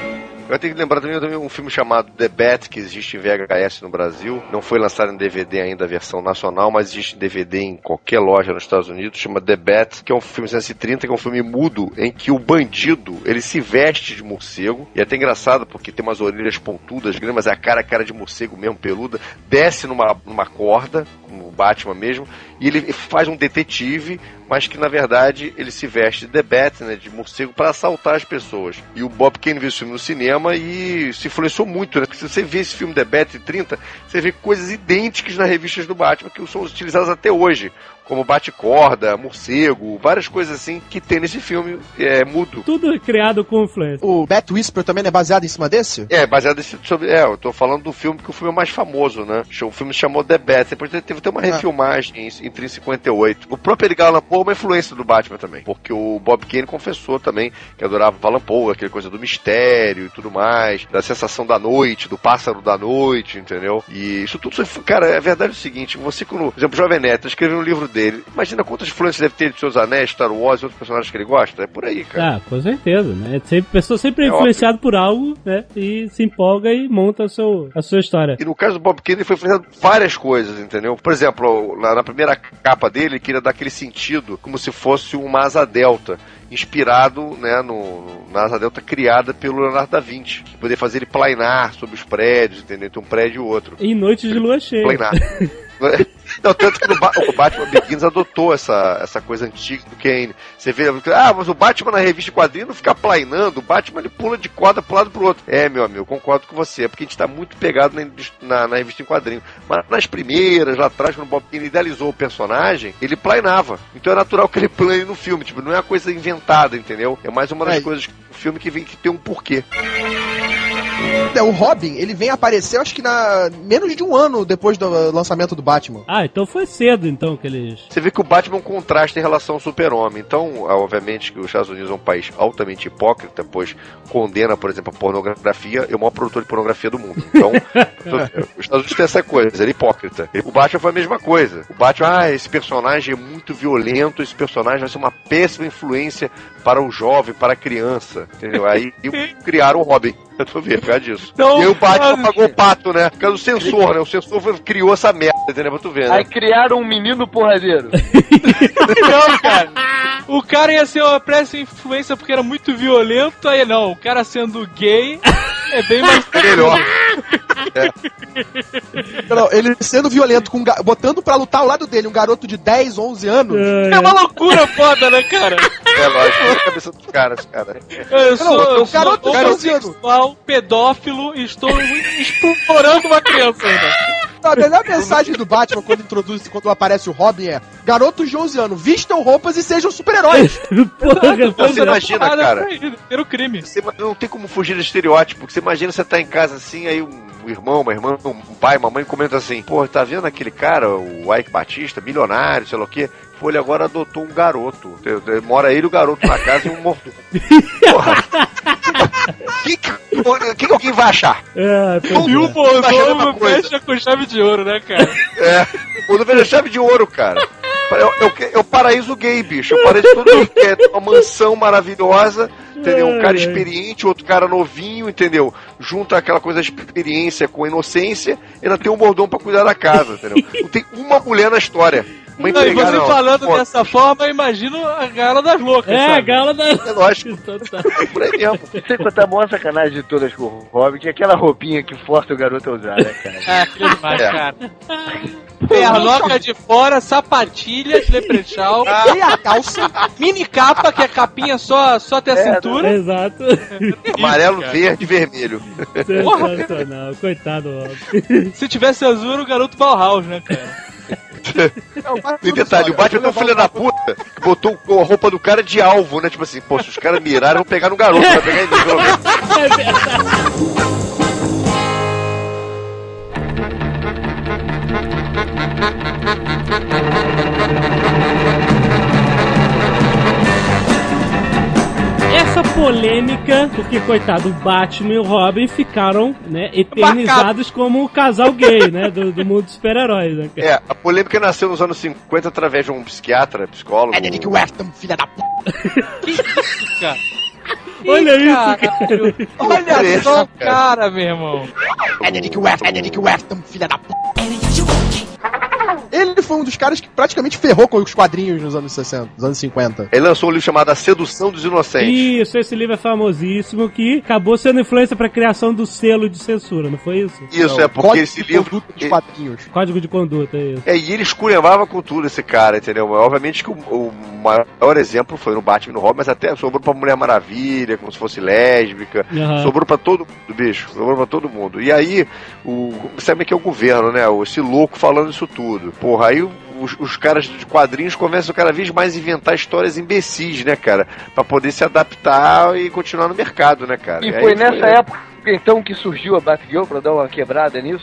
Eu tenho que lembrar também, também um filme chamado The Bat, que existe em V H S no Brasil. Não foi lançado em D V D ainda a versão nacional, mas existe em D V D em qualquer loja nos Estados Unidos. Chama The Bat, que é um filme de mil novecentos e trinta, que é um filme mudo, em que o bandido, ele se veste de morcego. E é até engraçado, porque tem umas orelhas pontudas, grandes, mas é a cara, a cara de morcego mesmo, peluda. Desce numa, numa corda, como o Batman mesmo, e ele faz um detetive, mas que na verdade ele se veste de The Bat, né, de morcego, para assaltar as pessoas. E o Bob Kane viu esse filme no cinema e se influenciou muito, né? Porque se você vê esse filme The Bat de trinta, você vê coisas idênticas nas revistas do Batman que são utilizadas até hoje, como bate-corda, morcego, várias coisas assim que tem nesse filme é, mudo. Tudo criado com influência. O Bat Whisper também é baseado em cima desse? É, baseado nesse, sobre, é, eu tô falando do filme que o filme é mais famoso, né? O filme se chamou The Bat, depois teve até uma refilmagem em, em trinta e cinquenta e oito. O próprio Edgar Allan Poe é uma influência do Batman também, porque o Bob Kane confessou também que adorava Allan Poe, aquela coisa do mistério e tudo mais, da sensação da noite, do pássaro da noite, entendeu? E isso tudo, cara, a verdade é o seguinte, você quando, por exemplo, o Jovem Neto escreveu um livro dele, imagina quantas influências deve ter de Seus Anéis, Star Wars e outros personagens que ele gosta, é por aí, cara. Ah, com certeza, né? Sempre, a pessoa sempre é, é influenciado óbvio por algo, né? E se empolga e monta a, seu, a sua história. E no caso do Bob Kane, ele foi influenciado por várias coisas, entendeu? Por exemplo, na, na primeira capa dele, ele queria dar aquele sentido como se fosse uma asa delta, inspirado, né, no, na asa delta criada pelo Leonardo da Vinci, que poder fazer ele planar sobre os prédios, entendeu? Entre um prédio e outro. Em noites de lua cheia. Planar. Não, tanto que no ba- o Batman Begins adotou essa, essa coisa antiga do Kane. Você vê, ah, mas o Batman na revista em quadrinho não fica plainando, o Batman ele pula de corda pro lado pro outro. É, meu amigo, eu concordo com você, é porque a gente tá muito pegado na, na, na revista em quadrinho. Mas nas primeiras, lá atrás, quando o Bob Kane idealizou o personagem, ele plainava. Então é natural que ele plane no filme, tipo, não é uma coisa inventada, entendeu? É mais uma das é. coisas do filme que vem que tem um porquê. O Robin, ele vem aparecer, acho que na menos de um ano depois do lançamento do Batman. Ah, então foi cedo, então, que eles... Você vê que o Batman é um contraste em relação ao Super-Homem. Então, obviamente, que os Estados Unidos é um país altamente hipócrita, pois condena, por exemplo, a pornografia, é o maior produtor de pornografia do mundo. Então, os Estados Unidos tem essa coisa, ele é hipócrita. O Batman foi a mesma coisa. O Batman, ah, esse personagem é muito violento, esse personagem vai ser uma péssima influência para o jovem, para a criança, entendeu? Aí criaram o Robin. Eu tô vendo, por causa disso. Então, e aí o Batman pagou o pato, né? Por causa do sensor, né? O sensor foi, criou essa merda, entendeu? Pra tu ver, né? Aí criaram um menino porradeiro. Não, cara. O cara ia ser uma péssima influência porque era muito violento, aí não. O cara sendo gay é bem mais... melhor. É. Não, ele sendo violento, com, botando pra lutar ao lado dele um garoto de dez, onze anos. É, é uma loucura foda, né, cara? É lógico, é a cabeça dos caras, cara. Eu sou, não, eu sou garoto homossexual, pedófilo e estou explorando uma criança ainda. A melhor mensagem do Batman quando introduz, quando aparece o Robin é: garotos de onze anos, vistam roupas e sejam super-heróis. Você imagina, cara, ter o crime. Você não tem como fugir do estereótipo, porque você imagina você tá em casa assim, aí um irmão, uma irmã, um pai, uma mãe comenta assim: pô, tá vendo aquele cara, o Ike Batista, milionário, sei lá o quê? Pô, ele agora adotou um garoto. Mora ele e o garoto na casa e um morto. Porra. O que, que, que alguém vai achar? É, e o mordomo fecha com chave de ouro, né, cara? É, o fecha chave de ouro, cara. É o paraíso gay, bicho. O paraíso todo que é uma mansão maravilhosa, entendeu? Um cara experiente, outro cara novinho, entendeu? Junta aquela coisa de experiência com inocência, e ainda tem um mordomo pra cuidar da casa, entendeu? Não tem uma mulher na história. Não, e você não, falando pô. dessa forma, eu imagino a gala das loucas. É, sabe? a gala das É lógico. Por aí mesmo. Você conta a maior sacanagem de todas com o Robin, que é aquela roupinha que força o garoto a usar, né, cara? Ah, que demais, é. cara. Pernoca de fora, sapatilha de leprechal, e a calça, mini capa, que é capinha só, só até a é, cintura. Exato. Amarelo, verde e vermelho. Sensacional, coitado, Robin. Se tivesse azul, era o garoto Bauhaus, né, cara? E detalhe, o Batman é um filho da puta que botou a roupa do cara de alvo, né? Tipo assim, pô, se os caras mirarem, vão pegar no garoto, vai pegar em mim, pelo menos. É verdade. Essa polêmica, porque, coitado, o Batman e o Robin ficaram, né, eternizados como um casal gay, né, do, do mundo dos super-heróis, né, cara? É, a polêmica nasceu nos anos cinquenta através de um psiquiatra, psicólogo... É Nick Weston, filha da p... Que isso, cara? Olha Ih, isso, caralho. cara. Olha só o cara, meu irmão. Benedict West, Benedict West, filha da p. Ele foi um dos caras que praticamente ferrou com os quadrinhos nos anos sessenta, nos anos cinquenta. Ele lançou um livro chamado A Sedução dos Inocentes. Isso, esse livro é famosíssimo, que acabou sendo influência pra criação do selo de censura, não foi isso? Isso, Não, é porque Código esse de livro... Conduta dos quadrinhos. Código de conduta, é isso. É, e ele esculhambava com tudo esse cara, entendeu? Obviamente que o, o maior exemplo foi no Batman e no Robin, mas até sobrou pra Mulher Maravilha, como se fosse lésbica, Uhum. sobrou pra todo mundo, bicho, sobrou pra todo mundo. E aí, o, sabe que é o governo, né? Esse louco falando isso tudo. Porra, aí os, os caras de quadrinhos começam cada vez mais a inventar histórias imbecis, né, cara? Pra poder se adaptar e continuar no mercado, né, cara? E aí foi nessa época então que surgiu a Batgirl pra dar uma quebrada nisso?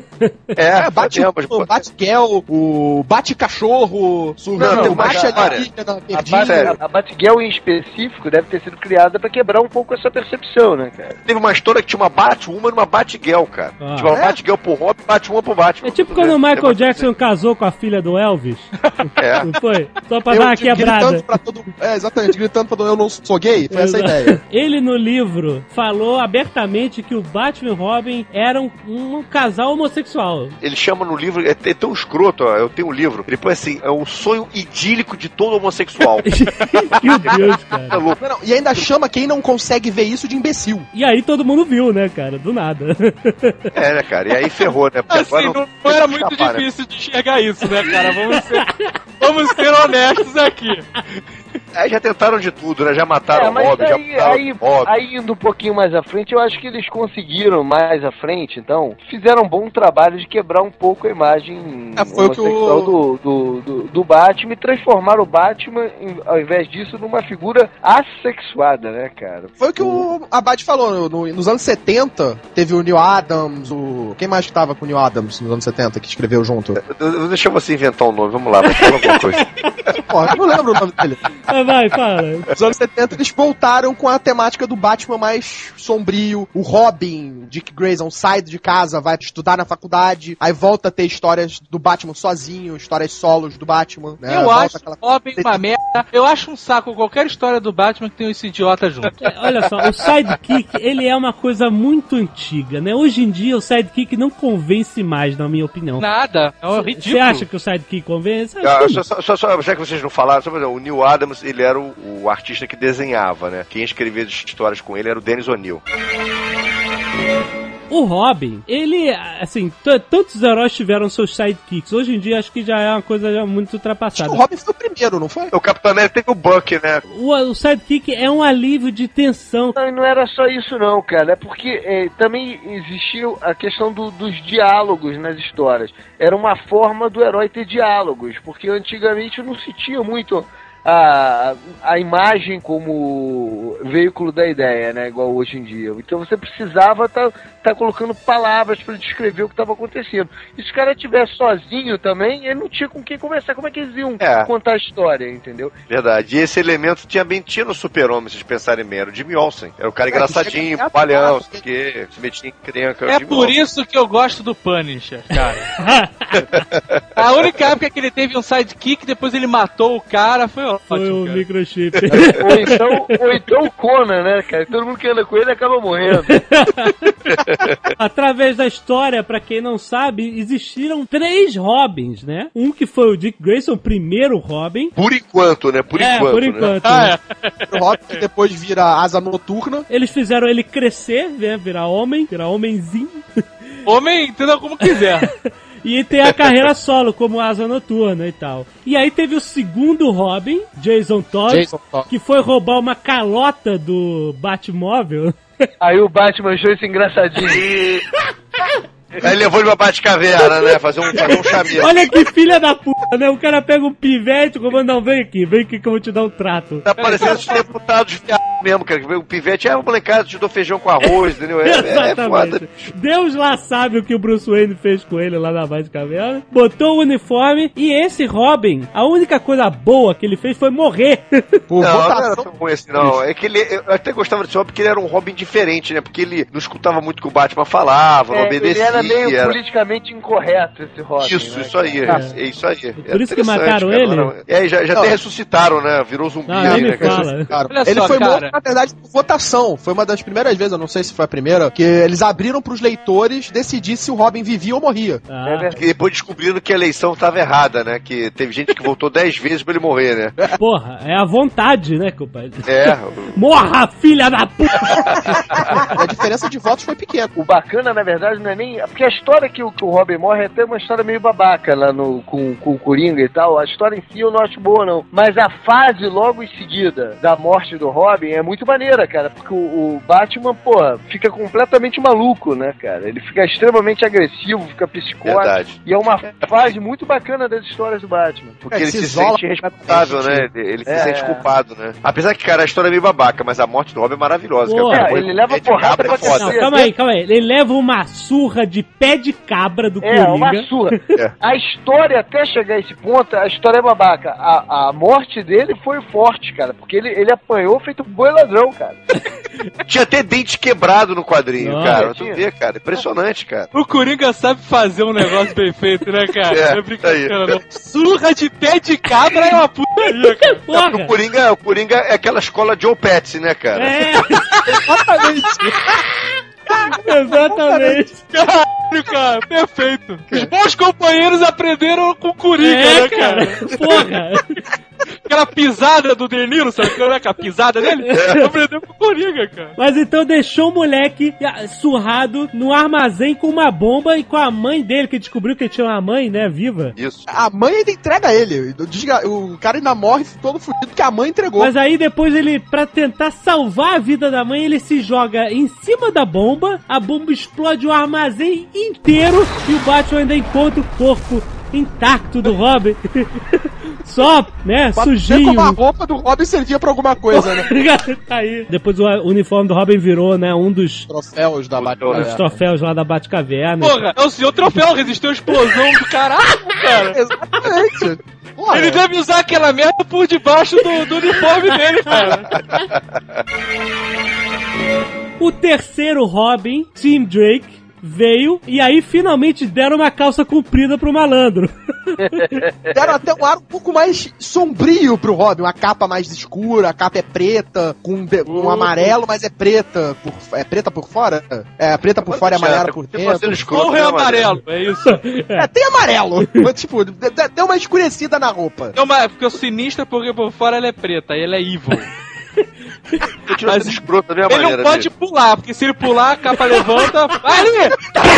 É, É, bate, sabemos, o Batgirl, o Bate-Cachorro, surgiu Não, não, o mas, Bate olha, Alienígena A, Perdida. Bat, a Batgirl em específico deve ter sido criada pra quebrar um pouco essa percepção, né, cara? Teve uma história que tinha uma Batwoman e uma Batgirl, cara. Ah. Tinha uma É? Batgirl pro Robin e Batwoman pro Batman. É tipo quando o Michael Jackson casou com a filha do Elvis. É. Não foi? Só pra Eu, dar uma tipo, quebrada. gritando pra todo É, exatamente, gritando pra todo eu não sou gay, foi essa a Exato. ideia. Ele no livro falou abertamente que o Batman e o Robin eram um casal homossexual. Ele chama no livro, é, é tão escroto, ó, eu tenho um livro, ele põe assim, é o sonho idílico de todo homossexual. Meu Deus, cara. É louco. Não, não, e ainda chama quem não consegue ver isso de imbecil. E aí todo mundo viu, né, cara? Do nada. É, né, cara? E aí ferrou, né? Porque Assim, agora não, não era muito escapar, né? difícil de enxergar isso, né, cara? Vamos ser, vamos ser honestos aqui. Aí já tentaram de tudo, né? Já mataram É, o mas Robin, já aí, mataram aí, o Robin. aí indo um pouquinho mais à frente, eu acho que eles conseguiram mais à frente, então, fizeram um bom trabalho de quebrar um pouco a imagem É, foi o que homossexual o- do, do, do, do Batman e transformar o Batman, em- ao invés disso, numa figura assexuada, né, cara? Foi o que o Abad falou, no- nos anos setenta, teve o Neil Adams, o... Quem mais que tava com o Neil Adams nos anos setenta, que escreveu junto? Deixa você inventar um nome, vamos lá, vai falar alguma coisa. Porra, eu não lembro o nome dele. Ah, vai, fala. Nos anos setenta eles voltaram com a temática do Batman mais sombrio. O Robin, Dick Grayson, sai de casa, vai estudar na faculdade, aí volta a ter histórias do Batman sozinho, histórias solos do Batman. Né? Eu Volta acho aquela- Robin uma merda. Eu acho um saco qualquer história do Batman que tem esse idiota junto. É, olha só, o sidekick, ele é uma coisa muito antiga, né? Hoje em dia o sidekick não convence mais, na minha opinião. Nada. É um ridículo. Você acha que o sidekick convence? Acho Ah, que só, só, só- só- já que vocês não falaram, só pra dizer, o Neil Adams, ele era o, o artista que desenhava, né? Quem escrevia as histórias com ele era o Dennis O'Neil. O Robin, ele, assim, t- tantos heróis tiveram seus sidekicks. Hoje em dia acho que já é uma coisa já muito Acho que ultrapassada. o Robin foi o primeiro, não foi? O Capitão América teve o Buck, né? O, o sidekick é um alívio de tensão. Não, e não era só isso não, cara, é porque é, também existia a questão do- dos diálogos nas histórias. Era uma forma do herói ter diálogos, porque antigamente não se tinha muito a, a imagem como veículo da ideia, né, igual hoje em dia. Então você precisava estar tá, tá colocando palavras para descrever o que estava acontecendo. E se o cara estivesse sozinho também, ele não tinha com quem conversar. Como é que eles iam É. contar a história, entendeu? Verdade. E esse elemento tinha bem tinha no Super-Homem, se vocês pensarem bem. Era o Jimmy Olsen. Era o cara É, engraçadinho, chega a palhão, ficar- que se metia em crenca. É Jimmy por Olsen. isso que eu gosto do Punisher, cara. A única época que ele teve um sidekick, depois ele matou o cara, foi ótimo. Foi o cara. microchip. Ou então, ou então o Conan, né, cara? Todo mundo que anda com ele acaba morrendo. Através da história, pra quem não sabe, existiram três Robins, né? Um que foi o Dick Grayson, o primeiro Robin. Por enquanto, né? Por é, enquanto. por né? enquanto. Ah, é. O Robin que depois vira asa noturna. Eles fizeram ele crescer, né? Virar homem, virar homenzinho. Homem, entenda como quiser. E tem a carreira solo, como Asa Noturna e tal. E aí teve o segundo Robin, Jason Todd, Jason Todd. que foi roubar uma calota do Batmóvel. Aí o Batman achou isso engraçadinho. Aí levou ele pra Batcaverna, né? Fazer um, fazer um chameiro. Olha que filha da puta, né? O cara pega um pivete e comanda, não, vem aqui, vem aqui que eu vou te dar um trato. Tá parecendo os deputados de fiado mesmo, cara. O pivete é um molecada, te dou feijão com arroz, entendeu? É, é, é foda. Exatamente. Deus lá sabe o que o Bruce Wayne fez com ele lá na Batcaverna. Botou o uniforme e esse Robin, a única coisa boa que ele fez foi morrer. Por Não, não era votação. tão ruim assim, não. É que ele, eu até gostava desse Robin porque ele era um Robin diferente, né? Porque ele não escutava muito o que o Batman falava, não É, ele obedecia. era meio era... politicamente incorreto esse Robin. Isso, né, isso aí, cara? é, é isso aí. Por isso que mataram cara, ele? Era... É, já, já até ressuscitaram, né? Virou zumbi não, aí, não né? fala. Cara, ele só, foi cara. morto, na verdade, por votação. Foi uma das primeiras vezes, eu não sei se foi a primeira, que eles abriram pros leitores decidir se o Robin vivia ou morria. Ah. E depois descobriram que a eleição estava errada, né? Que teve gente que votou dez vezes pra ele morrer, né? Porra, é a vontade, né, compadre? É. Morra, filha da puta! A diferença de votos foi pequena. O bacana, na verdade, não é nem... Porque a história que o, que o Robin morre é até uma história meio babaca lá no, com, com o Coringa e tal. A história em si eu não acho boa, não. Mas a fase logo em seguida da morte do Robin é muito maneira, cara. Porque o, o Batman, porra, fica completamente maluco, né, cara? Ele fica extremamente agressivo, fica psicótico. Verdade. E é uma fase muito bacana das histórias do Batman. Porque É, ele se se isola sente responsável, né? Ele, ele É, se sente é. culpado, né? Apesar que, cara, a história é meio babaca, mas a morte do Robin é maravilhosa. Pô, cara. é, ele leva porrada pra foda. Não, calma aí, calma aí. Ele leva uma surra de pé de cabra do É, Coringa. uma surra. É. A história, até chegar a esse ponto, a história é babaca. A, a morte dele foi forte, cara, porque ele, ele apanhou feito um boi ladrão, cara. Tinha até dente quebrado no quadrinho, Não, cara. Tu tinha. vê, cara. Impressionante, cara. O Coringa sabe fazer um negócio bem feito, né, cara? É, Não é brincadeira, tá aí. não. Surra de pé de cabra é uma putaria, cara. Não, porque o Coringa, o Coringa é aquela escola Joe Pesci, né, cara? É, Exatamente. exatamente. Caralho, cara, perfeito. Os bons companheiros aprenderam com o Coringa, É, né, cara? Porra. Aquela pisada do De Niro, sabe qual é a pisada dele? Aprendeu com o Coringa, cara. Mas então deixou o moleque surrado no armazém com uma bomba e com a mãe dele, que descobriu que ele tinha uma mãe, né, viva. Isso. A mãe ainda entrega ele. O desgra- O cara ainda morre todo fudido porque a mãe entregou. Mas aí depois ele, pra tentar salvar a vida da mãe, ele se joga em cima da bomba, a bomba explode o armazém inteiro e o Batman ainda encontra o corpo intacto do Robin. Só, né, Pra ver sujinho. como a roupa do Robin servia pra alguma coisa, né? Tá aí. Depois o uniforme do Robin virou, né, um dos Troféus da Batman. os troféus lá da Batcaverna. Porra, é o senhor troféu, resistiu à explosão do caralho, cara. Exatamente. Porra, Ele deve usar aquela merda por debaixo do, do uniforme dele, cara. O terceiro Robin, Tim Drake, veio e aí finalmente deram uma calça comprida pro malandro. deram até um ar um pouco mais sombrio pro Robin. Uma capa mais escura, a capa é preta, com um, de- um amarelo, mas é preta. Por, é preta por fora? É, preta por fora e amarela por dentro. Porra, é amarelo, é isso. É, tem amarelo. Mas, tipo, de- de- deu uma escurecida na roupa. É uma, porque o sinistro, porque por fora ela é preta, aí ela é evil. Continua sendo escroto da minha Ele maneira. não pode dele. pular, porque se ele pular, a capa levanta. Vai ali!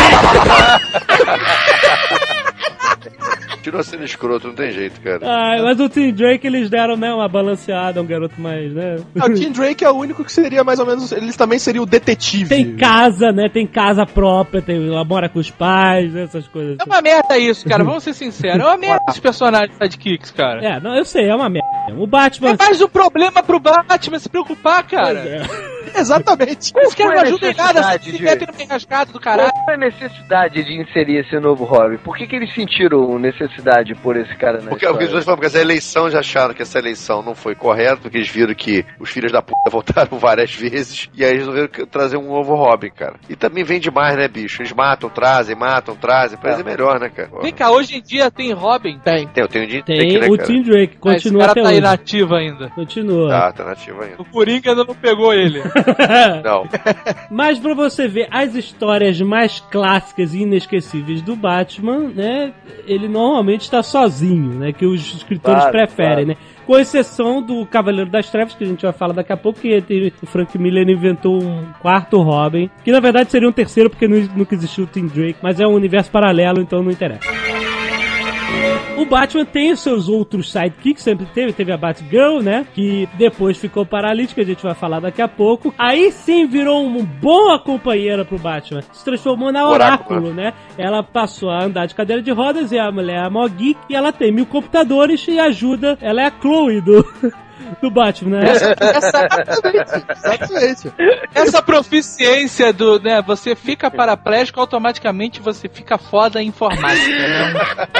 Continua sendo escroto, não tem jeito, cara. Ah, mas o Tim Drake eles deram, né, uma balanceada, um garoto mais, né? Ah, o Tim Drake é o único que seria mais ou menos. Ele também seria o detetive. Tem casa, né? Tem casa própria, tem, ela mora com os pais, né, essas coisas. É uma merda isso, cara, vamos ser sinceros. É uma merda esses personagens sidekicks, cara. É, não, eu sei, é uma merda. O Batman. É mais um problema pro Batman se preocupar, cara. Exatamente. Os caras não ajudam em nada, necessidade se de- metem no enrascado do caralho. Qual foi a necessidade de inserir esse novo Robin? Por que, que eles sentiram necessidade por esse cara na Porque, porque, história? eles falam, porque essa eleição já acharam que essa eleição não foi correta, porque eles viram que os filhos da puta votaram várias vezes, e aí eles resolveram que- trazer um novo Robin, cara. E também vem demais, né, bicho? Eles matam, trazem, matam, trazem, pra eles é melhor, né, cara? Vem cá, hoje em dia tem Robin? Tem. Tem, eu tenho de Tem né, o cara? Tim Drake, Ah, esse continua cara até tá hoje. inativo ainda. Continua. Tá, tá nativo ainda. O Coringa ainda não pegou ele. Não. Mas pra você ver as histórias mais clássicas e inesquecíveis do Batman, né? Ele normalmente está sozinho, né? Que os escritores Claro, preferem, claro. né? Com exceção do Cavaleiro das Trevas, que a gente vai falar daqui a pouco, que teve- o Frank Miller inventou um quarto Robin, que na verdade seria um terceiro, porque nu- nunca existiu o Tim Drake, mas é um universo paralelo, então não interessa. O Batman tem os seus outros sidekicks, sempre teve, teve a Batgirl, né, que depois ficou paralítica, a gente vai falar daqui a pouco. Aí sim virou uma boa companheira pro Batman, se transformou na Oráculo, Oráculo, né, ela passou a andar de cadeira de rodas, e a mulher é a Moggy, e ela tem mil computadores e ajuda, ela é a Chloe do... do Batman, né? Exatamente. Exatamente. Essa proficiência do, né, você fica paraplégico, automaticamente você fica foda em informática, né?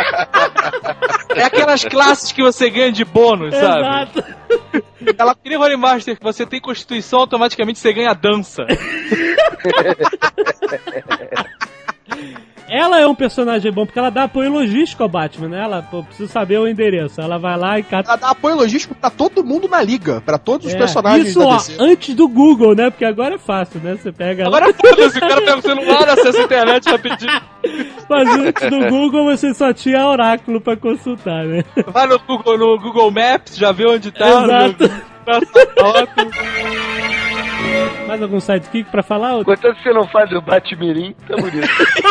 É aquelas classes que você ganha de bônus, sabe? Exato. Ela queria Rolling Master, que você tem constituição, automaticamente você ganha dança. ela é um personagem bom, porque ela dá apoio logístico ao Batman, né? Ela, pô, precisa saber o endereço. Ela vai lá e cata... Ela dá apoio logístico pra todo mundo na liga, pra todos os É, personagens isso, da ó, D C. antes do Google, né? Porque agora é fácil, né? Você pega... Agora foda-se, o cara pega o celular, acessa a internet rapidinho. Mas antes do Google, você só tinha oráculo pra consultar, né? Vai no Google, no Google Maps, já vê onde tá. Exato. No... Mais algum sidekick pra falar? Enquanto você não faz o Batmirim, tá bonito.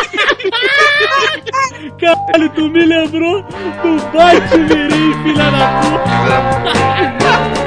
Caralho, tu me lembrou do Batmirim, filha da puta.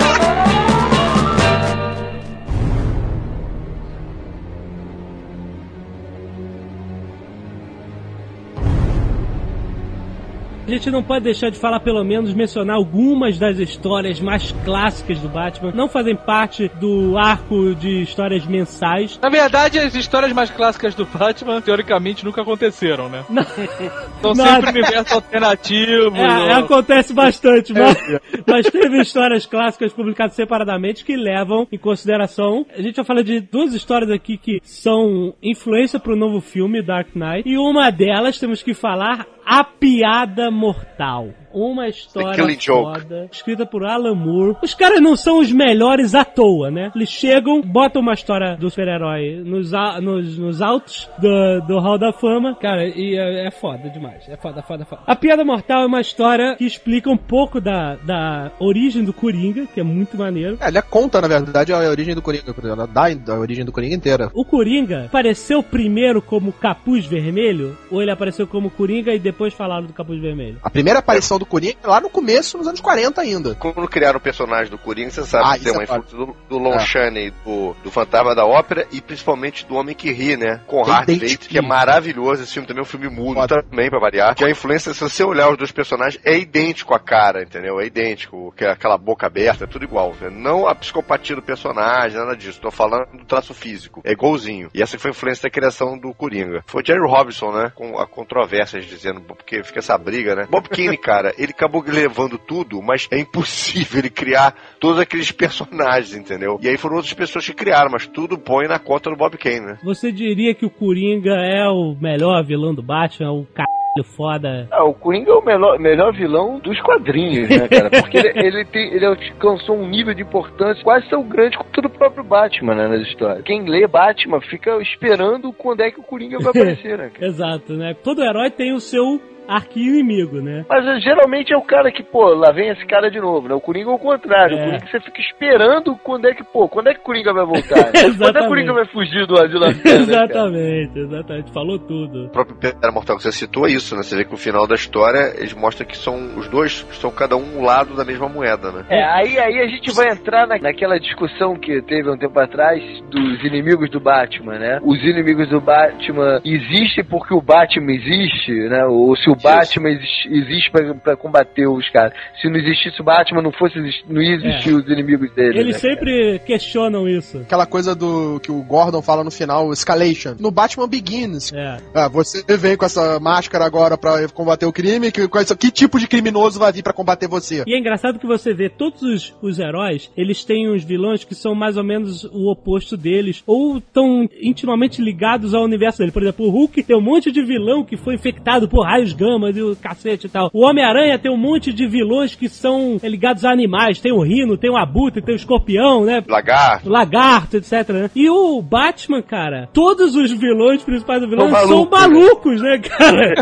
A gente não pode deixar de falar, pelo menos, mencionar algumas das histórias mais clássicas do Batman. Não fazem parte do arco de histórias mensais. Na verdade, as histórias mais clássicas do Batman, teoricamente, nunca aconteceram, né? Não. São Não. sempre universo alternativo. É, é, acontece bastante, mas, mas teve histórias clássicas publicadas separadamente que levam em consideração. A gente vai falar de duas histórias aqui que são influência pro novo filme, Dark Knight. E uma delas temos que falar A Piada Mortal. Uma história foda, escrita por Alan Moore. Os caras não são os melhores à toa, né? Eles chegam, botam uma história do super-herói nos, nos, nos altos do, do Hall da Fama. Cara, e é, é foda demais. É foda, foda, foda. A Piada Mortal é uma história que explica um pouco da, da origem do Coringa, que é muito maneiro. É, ele conta, na verdade, a origem do Coringa. Ela dá a origem do Coringa inteira. O Coringa apareceu primeiro como Capuz Vermelho? Ou ele apareceu como Coringa e depois falaram do Capuz Vermelho? A primeira aparição do Coringa lá no começo, nos anos quarenta ainda. Quando criaram o personagem do Coringa, você sabe Ah, que tem isso uma é claro. influência do, do Lon Chaney, do, do Fantasma da Ópera e principalmente do Homem que Ri, né? Com Hart Bates, que é maravilhoso. Esse filme também é um filme mudo Foda. também, pra variar. Que a influência, se você olhar os dois personagens, é idêntico a cara, entendeu? É idêntico, que é aquela boca aberta, é tudo igual. Né? Não a psicopatia do personagem, nada disso. Tô falando do traço físico. É igualzinho. E essa foi a influência da criação do Coringa. Foi o Jerry Robinson, né? Com a controvérsias dizendo, porque fica essa briga, né? Bob Kane, cara, ele acabou levando tudo, mas é impossível ele criar todos aqueles personagens, entendeu? E aí foram outras pessoas que criaram, mas tudo põe na conta do Bob Kane, né? Você diria que o Coringa é o melhor vilão do Batman, é o caralho foda? Ah, o Coringa é o melhor, melhor vilão dos quadrinhos, né, cara? Porque ele, ele, tem, ele alcançou um nível de importância quase tão grande quanto o próprio Batman, né, nas histórias. Quem lê Batman fica esperando quando é que o Coringa vai aparecer, né, cara? Exato, né? Todo herói tem o seu arqui-inimigo, né? Mas uh, geralmente é o cara que, pô, lá vem esse cara de novo, né? O Coringa é o contrário. É. O Coringa você fica esperando quando é que, pô, quando é que o Coringa vai voltar? Né? Quando é que o Coringa vai fugir do asilo? Exatamente, exatamente. Falou tudo. O próprio Piada Mortal que você citou é isso, né? Você vê que no final da história eles mostram que são os dois, são cada um um lado da mesma moeda, né? É, aí, aí a gente vai entrar na, naquela discussão que teve um tempo atrás dos inimigos do Batman, né? Os inimigos do Batman existem porque o Batman existe, né? Ou se o Batman existe, existe pra, pra combater os caras. Se não existisse o Batman, não fosse não ia existir É. os inimigos dele. Eles né, sempre questionam isso. Aquela coisa do que o Gordon fala no final, escalation. No Batman Begins. É. Ah, você vem com essa máscara agora pra combater o crime, que, que tipo de criminoso vai vir pra combater você? E é engraçado que você vê todos os, os heróis, eles têm uns vilões que são mais ou menos o oposto deles, ou estão intimamente ligados ao universo dele. Por exemplo, o Hulk tem um monte de vilão que foi infectado por raios gama e o cacete e tal. O Homem-Aranha tem um monte de vilões que são ligados a animais. Tem o Rino, tem o Abutre, tem o Escorpião, né? Lagarto. O Lagarto, etcétera. Né? E o Batman, cara, todos os vilões principais do vilão São são malucos, malucos, né, cara?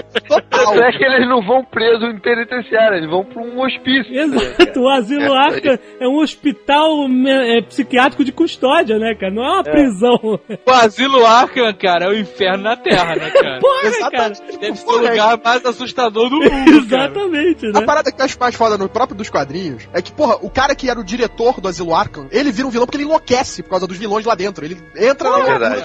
Tanto é que eles não vão presos em penitenciária, eles vão pra um hospício. Exato, o Asilo Arkham é um hospital é, psiquiátrico de custódia, né, cara? Não é uma prisão. O Asilo Arkham, cara, é o inferno na Terra, né, cara? Porra, cara. Deve ser o lugar mais assustador do mundo, Exatamente, né? A parada que eu acho mais foda no próprio dos quadrinhos é que, porra, o cara que era o diretor do Asilo Arkham, ele vira um vilão porque ele enlouquece por causa dos vilões lá dentro. Ele entra na loucura.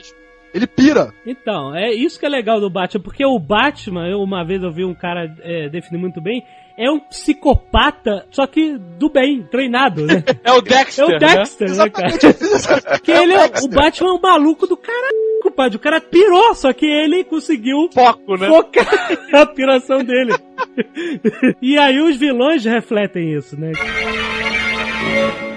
Ele pira. Então, é isso que é legal do Batman, porque o Batman, eu uma vez ouvi um cara é, definir muito bem, é um psicopata, só que do bem, treinado, né? É o Dexter, É o Dexter, né, né? cara? Porque ele é, o Batman é um maluco do caralho, compadre. O cara pirou, só que ele conseguiu Foco, né? focar a piração dele. E aí os vilões refletem isso, né?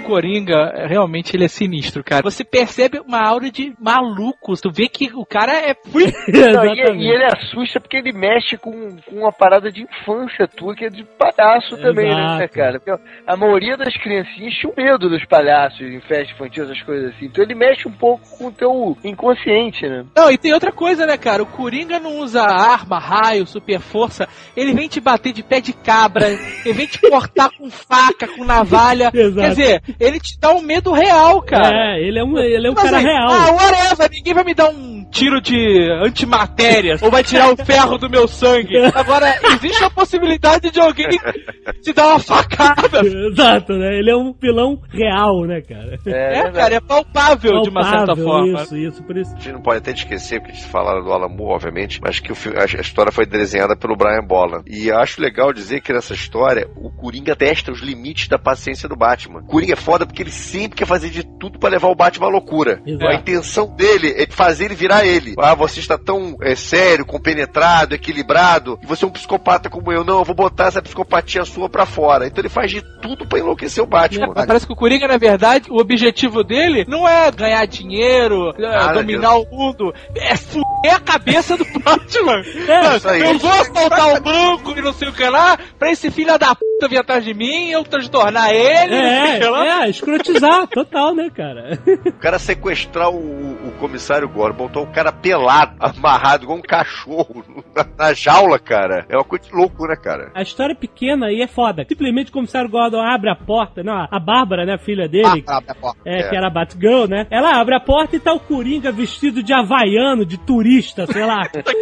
Coringa, realmente, ele é sinistro, cara. Você percebe uma aura de maluco. Tu vê que o cara é... Não, e, e ele assusta porque ele mexe com, com uma parada de infância tua, que é de palhaço também, Exato. né, cara? Porque a maioria das criancinhas tinha medo dos palhaços em festa infantil, essas coisas assim. Então ele mexe um pouco com o teu inconsciente, né? Não, e tem outra coisa, né, cara? O Coringa não usa arma, raio, super força. Ele vem te bater de pé de cabra, ele vem te cortar com faca, com navalha. Exato. Quer dizer, ele te dá um medo real, cara. É, ele é um, ele é um Mas cara aí, real. Ah, whatever, ninguém vai me dar um tiro de antimatéria ou vai tirar o ferro do meu sangue. Agora, existe a possibilidade de alguém te dar uma facada. Exato, né? Ele é um vilão real, né, cara? É, é cara, é palpável, palpável de uma certa forma. Isso, isso, por isso. A gente não pode até esquecer, porque a gente falaram do Alan Moore, obviamente, mas que o filme, a história foi desenhada pelo Brian Bolland. E acho legal dizer que nessa história, o Coringa testa os limites da paciência do Batman. O Coringa é foda porque ele sempre quer fazer de tudo pra levar o Batman à loucura. Exato. A intenção dele é fazer ele virar ele. Ah, você está tão é, sério, compenetrado, equilibrado, e você é um psicopata como eu. Não, eu vou botar essa psicopatia sua pra fora. Então ele faz de tudo pra enlouquecer o Batman. É, parece que o Coringa, na verdade, o objetivo dele não é ganhar dinheiro, é, dominar Deus. o mundo, é fuder a cabeça do Batman. É, isso aí. Eu vou assaltar o banco e não sei o que lá, pra esse filho da puta vir atrás de mim, eu transtornar ele, é, não sei o que lá. É, escrotizar, total, né, cara? O cara sequestrar o, o comissário Gordon, botou o cara pelado, amarrado igual um cachorro na, na jaula, cara. É uma coisa de louco, né, cara? A história é pequena e é foda. Simplesmente o comissário Gordon abre a porta, não, a Bárbara, né, a filha dele, ah, abre a porta. É, é, que era a Batgirl, né? Ela abre a porta e tá o Coringa vestido de havaiano, de turista, sei lá.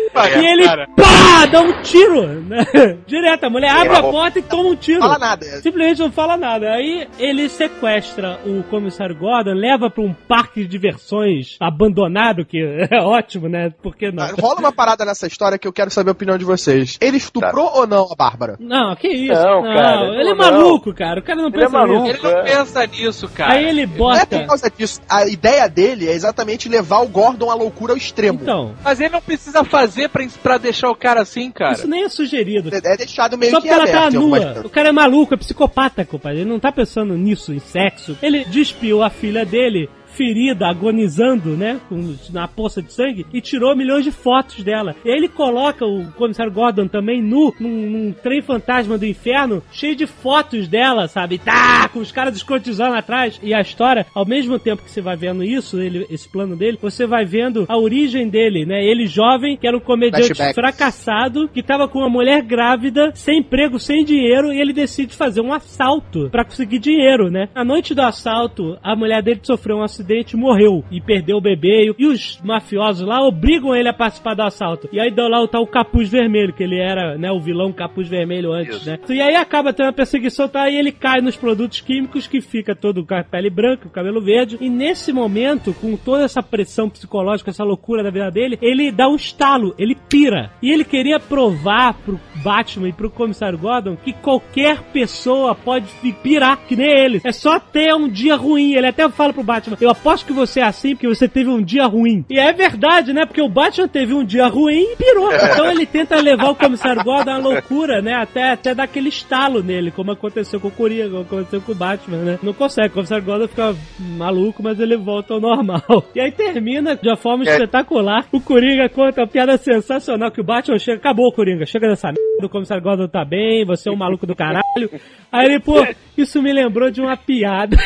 E ele, cara. pá, dá um tiro, né? Direto, a mulher abre a porta e toma um tiro. Não fala nada. Simplesmente não fala nada. Aí ele sequestra o comissário Gordon, leva pra um parque de diversões abandonado, que é ótimo, né? Porque não. Rola uma parada nessa história que eu quero saber a opinião de vocês. Ele estuprou tá. ou não a Bárbara? Não, que isso. Não, não cara. Ele não, é maluco, cara. O cara não ele pensa é maluco, nisso. Ele não pensa nisso, cara. Aí ele bota... Não é por causa disso. A ideia dele é exatamente levar o Gordon à loucura ao extremo. Então. Mas ele não precisa fazer pra, pra deixar o cara assim, cara. Isso nem é sugerido. É, é deixado meio Só que porque ela aberto. tá nua. O cara é maluco, é psicopata, compadre. Ele não tá pensando nisso, em sexo. Ele despiu a filha dele, ferida, agonizando, né, com, na poça de sangue, e tirou milhões de fotos dela. E aí ele coloca o comissário Gordon também nu, num, num trem fantasma do inferno, cheio de fotos dela, sabe? Tá, com os caras escrotizando atrás. E a história, ao mesmo tempo que você vai vendo isso, ele, esse plano dele, você vai vendo a origem dele, né? Ele jovem, que era um comediante Flashback. fracassado, que tava com uma mulher grávida, sem emprego, sem dinheiro, e ele decide fazer um assalto pra conseguir dinheiro, né? Na noite do assalto, a mulher dele sofreu um acidente, morreu e perdeu o bebê, e os mafiosos lá obrigam ele a participar do assalto. E aí dá lá o tal Capuz Vermelho, que ele era, né, o vilão Capuz Vermelho antes, Isso. né? E aí acaba tendo a perseguição, tá? E ele cai nos produtos químicos, que fica todo com a pele branca, o cabelo verde, e nesse momento, com toda essa pressão psicológica, essa loucura da vida dele, ele dá um estalo, ele pira. E ele queria provar pro Batman e pro comissário Gordon que qualquer pessoa pode pirar, que nem ele. É só ter um dia ruim. Ele até fala pro Batman, eu aposto que você é assim porque você teve um dia ruim. E é verdade, né? Porque o Batman teve um dia ruim e pirou. Então ele tenta levar o comissário Gordon à loucura, né? Até, até dar aquele estalo nele, como aconteceu com o Coringa, como aconteceu com o Batman, né? Não consegue. O comissário Gordon fica maluco, mas ele volta ao normal. E aí termina de uma forma é. espetacular. O Coringa conta uma piada sensacional, que o Batman chega, acabou, Coringa, chega dessa merda, o comissário Gordon tá bem, você é um maluco do caralho. Aí ele, pô, isso me lembrou de uma piada.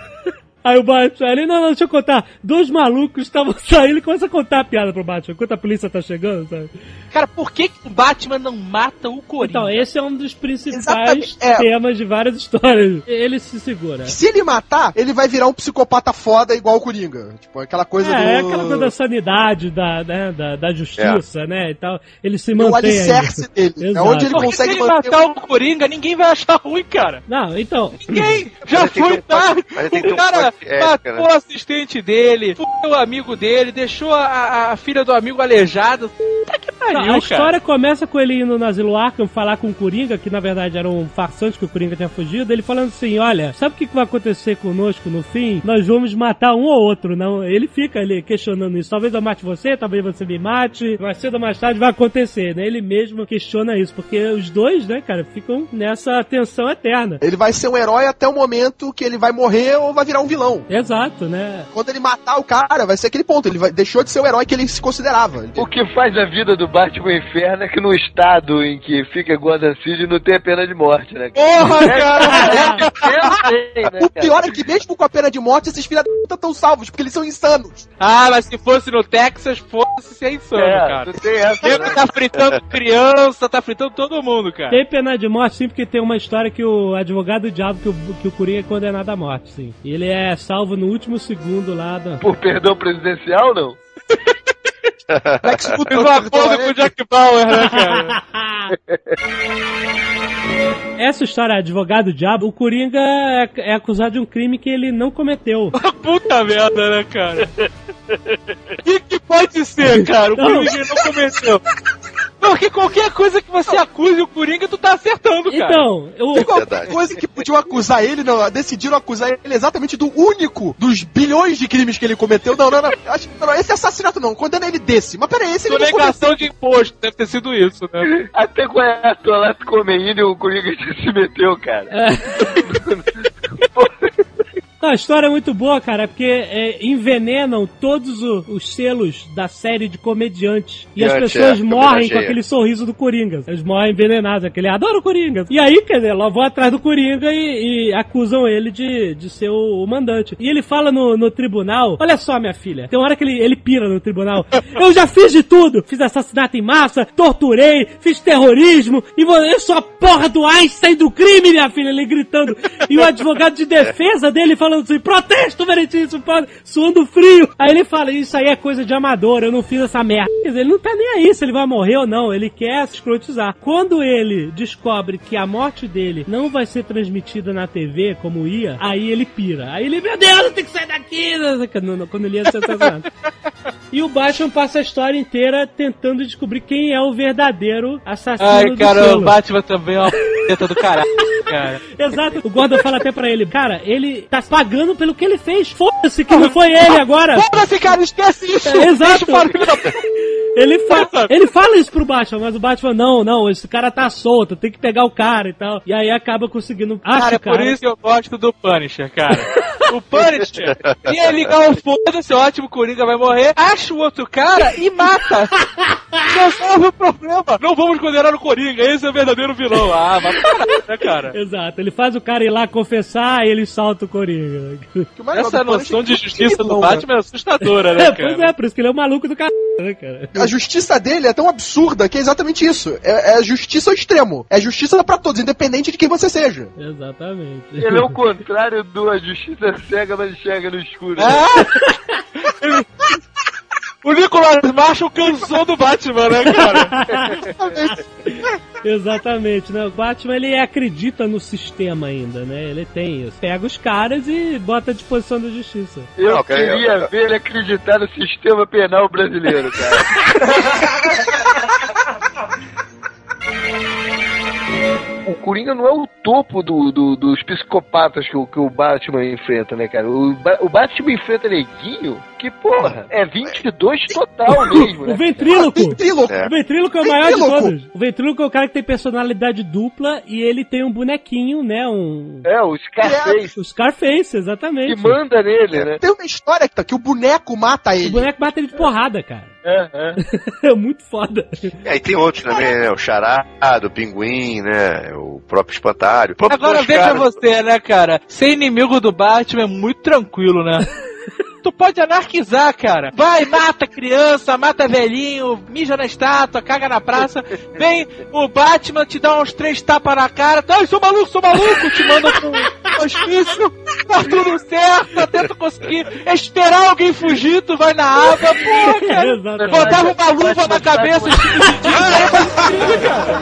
Aí o Batman, ele, não, não, deixa eu contar. Dois malucos estavam saindo e começa a contar a piada pro Batman, enquanto a polícia tá chegando, sabe? Cara, por que, que o Batman não mata o Coringa? Então, esse é um dos principais é. temas de várias histórias. Ele se segura. Se ele matar, ele vai virar um psicopata foda igual o Coringa. Tipo, aquela coisa é, do... É, aquela coisa da sanidade, da, né, da, da justiça, é. né, e tal. Ele se mantém. O alicerce dele. É onde ele Porque consegue se ele manter matar o Coringa, ninguém vai achar ruim, cara. Não, então... Ninguém! Já foi tarde! O cara matou o assistente dele, foi o amigo dele, deixou a, a, a filha do amigo aleijada. Tá que pariu, A história começa com ele indo no Asilo Arkham falar com o Coringa, que na verdade era um farsante que o Coringa tinha fugido, ele falando assim, olha, sabe o que vai acontecer conosco no fim? Nós vamos matar um ou outro, não? Ele fica ali questionando isso. Talvez eu mate você, talvez você me mate, mais cedo ou mais tarde vai acontecer, né? Ele mesmo questiona isso, porque os dois, né, cara, ficam nessa tensão eterna. Ele vai ser um herói até o momento que ele vai morrer ou vai virar um vilão. Exato, né? Quando ele matar o cara, vai ser aquele ponto. Ele vai, deixou de ser o herói que ele se considerava. O que faz a vida do Batman inferno é que no estado em que fica Gotham City não tem a pena de morte, né? Porra, cara! É, né, o pior é que mesmo com a pena de morte, esses filha da puta estão salvos, porque eles são insanos. Ah, mas se fosse no Texas, foda-se se é insano, é, cara. Não tem essa, Ele tá fritando criança, tá fritando todo mundo, cara. Tem pena de morte, sim, porque tem uma história que o advogado do diabo, que o, que o Coringa é condenado à morte, sim. E ele é salvo no último segundo lá da... Por perdão presidencial, não? Fiz um acordo com o Jack Bauer, né, cara? Essa história, advogado do diabo, o Coringa é, é acusado de um crime que ele não cometeu. Puta merda, né, cara? O que, que pode ser, cara? O Coringa não cometeu. Porque qualquer coisa que você acuse o Coringa, tu tá acertando, cara. Então, eu... qualquer coisa que podiam acusar ele, não, decidiram acusar ele exatamente do único dos bilhões de crimes que ele cometeu. Não, não, não. Acho, não esse assassinato não, condena ele desse. Mas peraí, esse ele não Sonegação de imposto, deve ter sido isso, né? Até com a toalete comeína o Coringa se meteu, cara. É. Não, a história é muito boa, cara, porque é, envenenam todos o, os selos da série de comediantes. E as pessoas é, morrem com aquele sorriso do Coringa. Eles morrem envenenados, aquele adoro o Coringa. E aí, quer dizer, lá vão atrás do Coringa e, e acusam ele de, de ser o, o mandante. E ele fala no, no tribunal, olha só, minha filha, tem uma hora que ele, ele pira no tribunal. Eu já fiz de tudo. Fiz assassinato em massa, torturei, fiz terrorismo, e eu sou a porra do Einstein do crime, minha filha, ele gritando. E o advogado de defesa dele falando assim, protesto, veritíssimo, suando frio. Aí ele fala, isso aí é coisa de amador, eu não fiz essa merda. Quer dizer, ele não tá nem aí se ele vai morrer ou não, ele quer se escrotizar. Quando ele descobre que a morte dele não vai ser transmitida na T V, como ia, aí ele pira. Aí ele, meu Deus, eu tenho que sair daqui. Quando ele ia ser assassinado. E o Batman passa a história inteira tentando descobrir quem é o verdadeiro assassino Ai, do cara, selo. o Batman também é uma p*** do caralho, cara. Exato. O Gordon fala até pra ele, cara, ele tá pagando pelo que ele fez. Foda-se que não foi ele agora. Foda-se, cara, esquece isso. É, exato. Ele, fa ele fala isso pro Batman, mas o Batman, não, não, esse cara tá solto, tem que pegar o cara e tal. E aí acaba conseguindo... Acho, cara, é por cara... isso que eu gosto do Punisher, cara. O Punisher ia ligar o foda-se, ótimo, o Coringa vai morrer, acha o outro cara e mata. Resolve o problema. Não vamos condenar o Coringa, esse é o verdadeiro vilão. Ah, mas caralho, né, cara? Exato, ele faz o cara ir lá confessar e ele solta o Coringa. Essa noção de justiça do Batman é assustadora, né, é, cara? Pois é, por isso que ele é um maluco do caralho, né, cara? A justiça dele é tão absurda que é exatamente isso. É, é justiça ao extremo. É justiça pra todos, independente de quem você seja. Exatamente. Ele é o contrário do a justiça cega, mas enxerga no escuro. Ah! O Nicolas Marshall cansou do Batman, né, cara? Exatamente, né? O Batman, ele acredita no sistema ainda, né? Ele tem isso. Pega os caras e bota à disposição da justiça. Eu não, queria eu, eu... ver ele acreditar no sistema penal brasileiro, cara. O Coringa não é o topo do, do, dos psicopatas que o, que o Batman enfrenta, né, cara? O, o Batman enfrenta neguinho que, porra, é vinte e dois total mesmo, né? O ventríloco! Ah, ventríloco. É. O ventríloco é o maior ventríloco. de todos. O ventríloco é o cara que tem personalidade dupla e ele tem um bonequinho, né? Um... É, o Scarface. É. O Scarface, exatamente. Que manda nele, né? Tem uma história que, que o boneco mata ele. O boneco mata ele de porrada, cara. É, é. É muito foda. É, e tem outros também, né? O Charada, o Pinguim, né? O próprio Espantalho. O próprio Agora veja você, né, cara? Ser inimigo do Batman é muito tranquilo, né? Tu pode anarquizar, cara. Vai, mata criança, mata velhinho, mija na estátua, caga na praça. Vem o Batman, te dá uns três tapas na cara. Ai, sou maluco, sou maluco. Te manda pro hospício. Tá tudo certo, tenta conseguir esperar alguém fugir, tu vai na água, porra, cara. Botava uma luva na cabeça, tipo de dia, cara.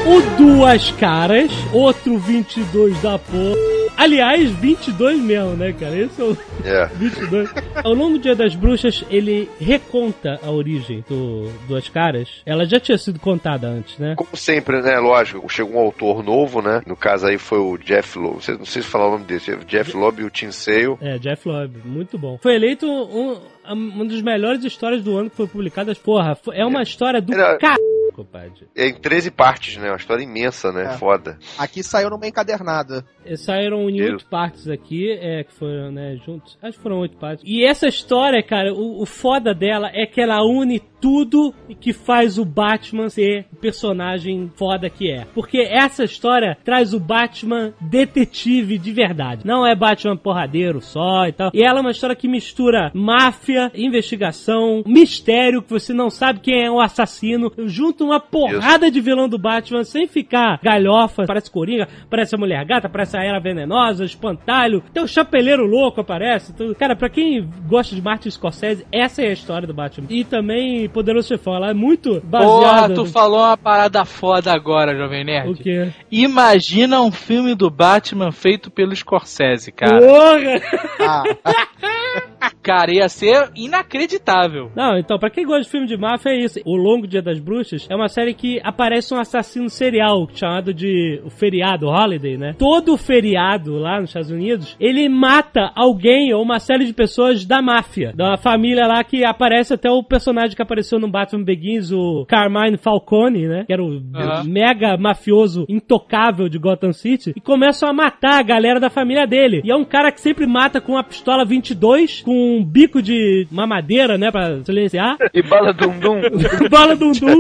O Duas Caras, outro vinte e dois da porra. Aliás, vinte e dois mesmo, né, cara? Esse é o é. vinte e dois. Ao longo do Dia das Bruxas, ele reconta a origem do Duas Caras. Ela já tinha sido contada antes, né? Como sempre, né? Lógico, chegou um autor novo, né? No caso aí foi o Jeff Loeb. Não sei se falar o nome desse. Jeff Loeb e o Tim Sale. É, Jeff Loeb. Muito bom. Foi eleito um, uma das melhores histórias do ano que foi publicada. Porra, é uma história do Era... c... compadre. É em treze partes, né? Uma história imensa, né? É. Foda. Aqui saiu numa encadernada. Saíram em oito partes aqui, é, que foram, né, juntos. Acho que foram oito partes. E essa história, cara, o, o foda dela é que ela une tudo que faz o Batman ser o personagem foda que é. Porque essa história traz o Batman detetive de verdade. Não é Batman porradeiro só e tal. E ela é uma história que mistura máfia, investigação, mistério, que você não sabe quem é o assassino. Junta uma porrada Isso. de vilão do Batman sem ficar galhofa. Parece Coringa, parece a Mulher Gata, parece a Era Venenosa, Espantalho. Tem o Chapeleiro Louco aparece. Tudo. Cara, pra quem gosta de Martin Scorsese, essa é a história do Batman. E também Poderoso Chefão, ela é muito baseada... Porra, tu falou uma parada foda agora, Jovem Nerd. O quê? Imagina um filme do Batman feito pelo Scorsese, cara. Porra! Ah. Cara, ia ser inacreditável. Não, então, pra quem gosta de filme de máfia é isso. O Longo Dia das Bruxas é uma série que aparece um assassino serial, chamado de o feriado, Holiday, né? Todo feriado lá nos Estados Unidos, ele mata alguém ou uma série de pessoas da máfia. Da família lá que aparece até o personagem que apareceu no Batman Begins, o Carmine Falcone, né? Que era o uhum. mega mafioso intocável de Gotham City. E começam a matar a galera da família dele. E é um cara que sempre mata com uma pistola vinte e dois, com um bico de mamadeira, né? Pra silenciar. E bala dum-dum. Bala dum-dum.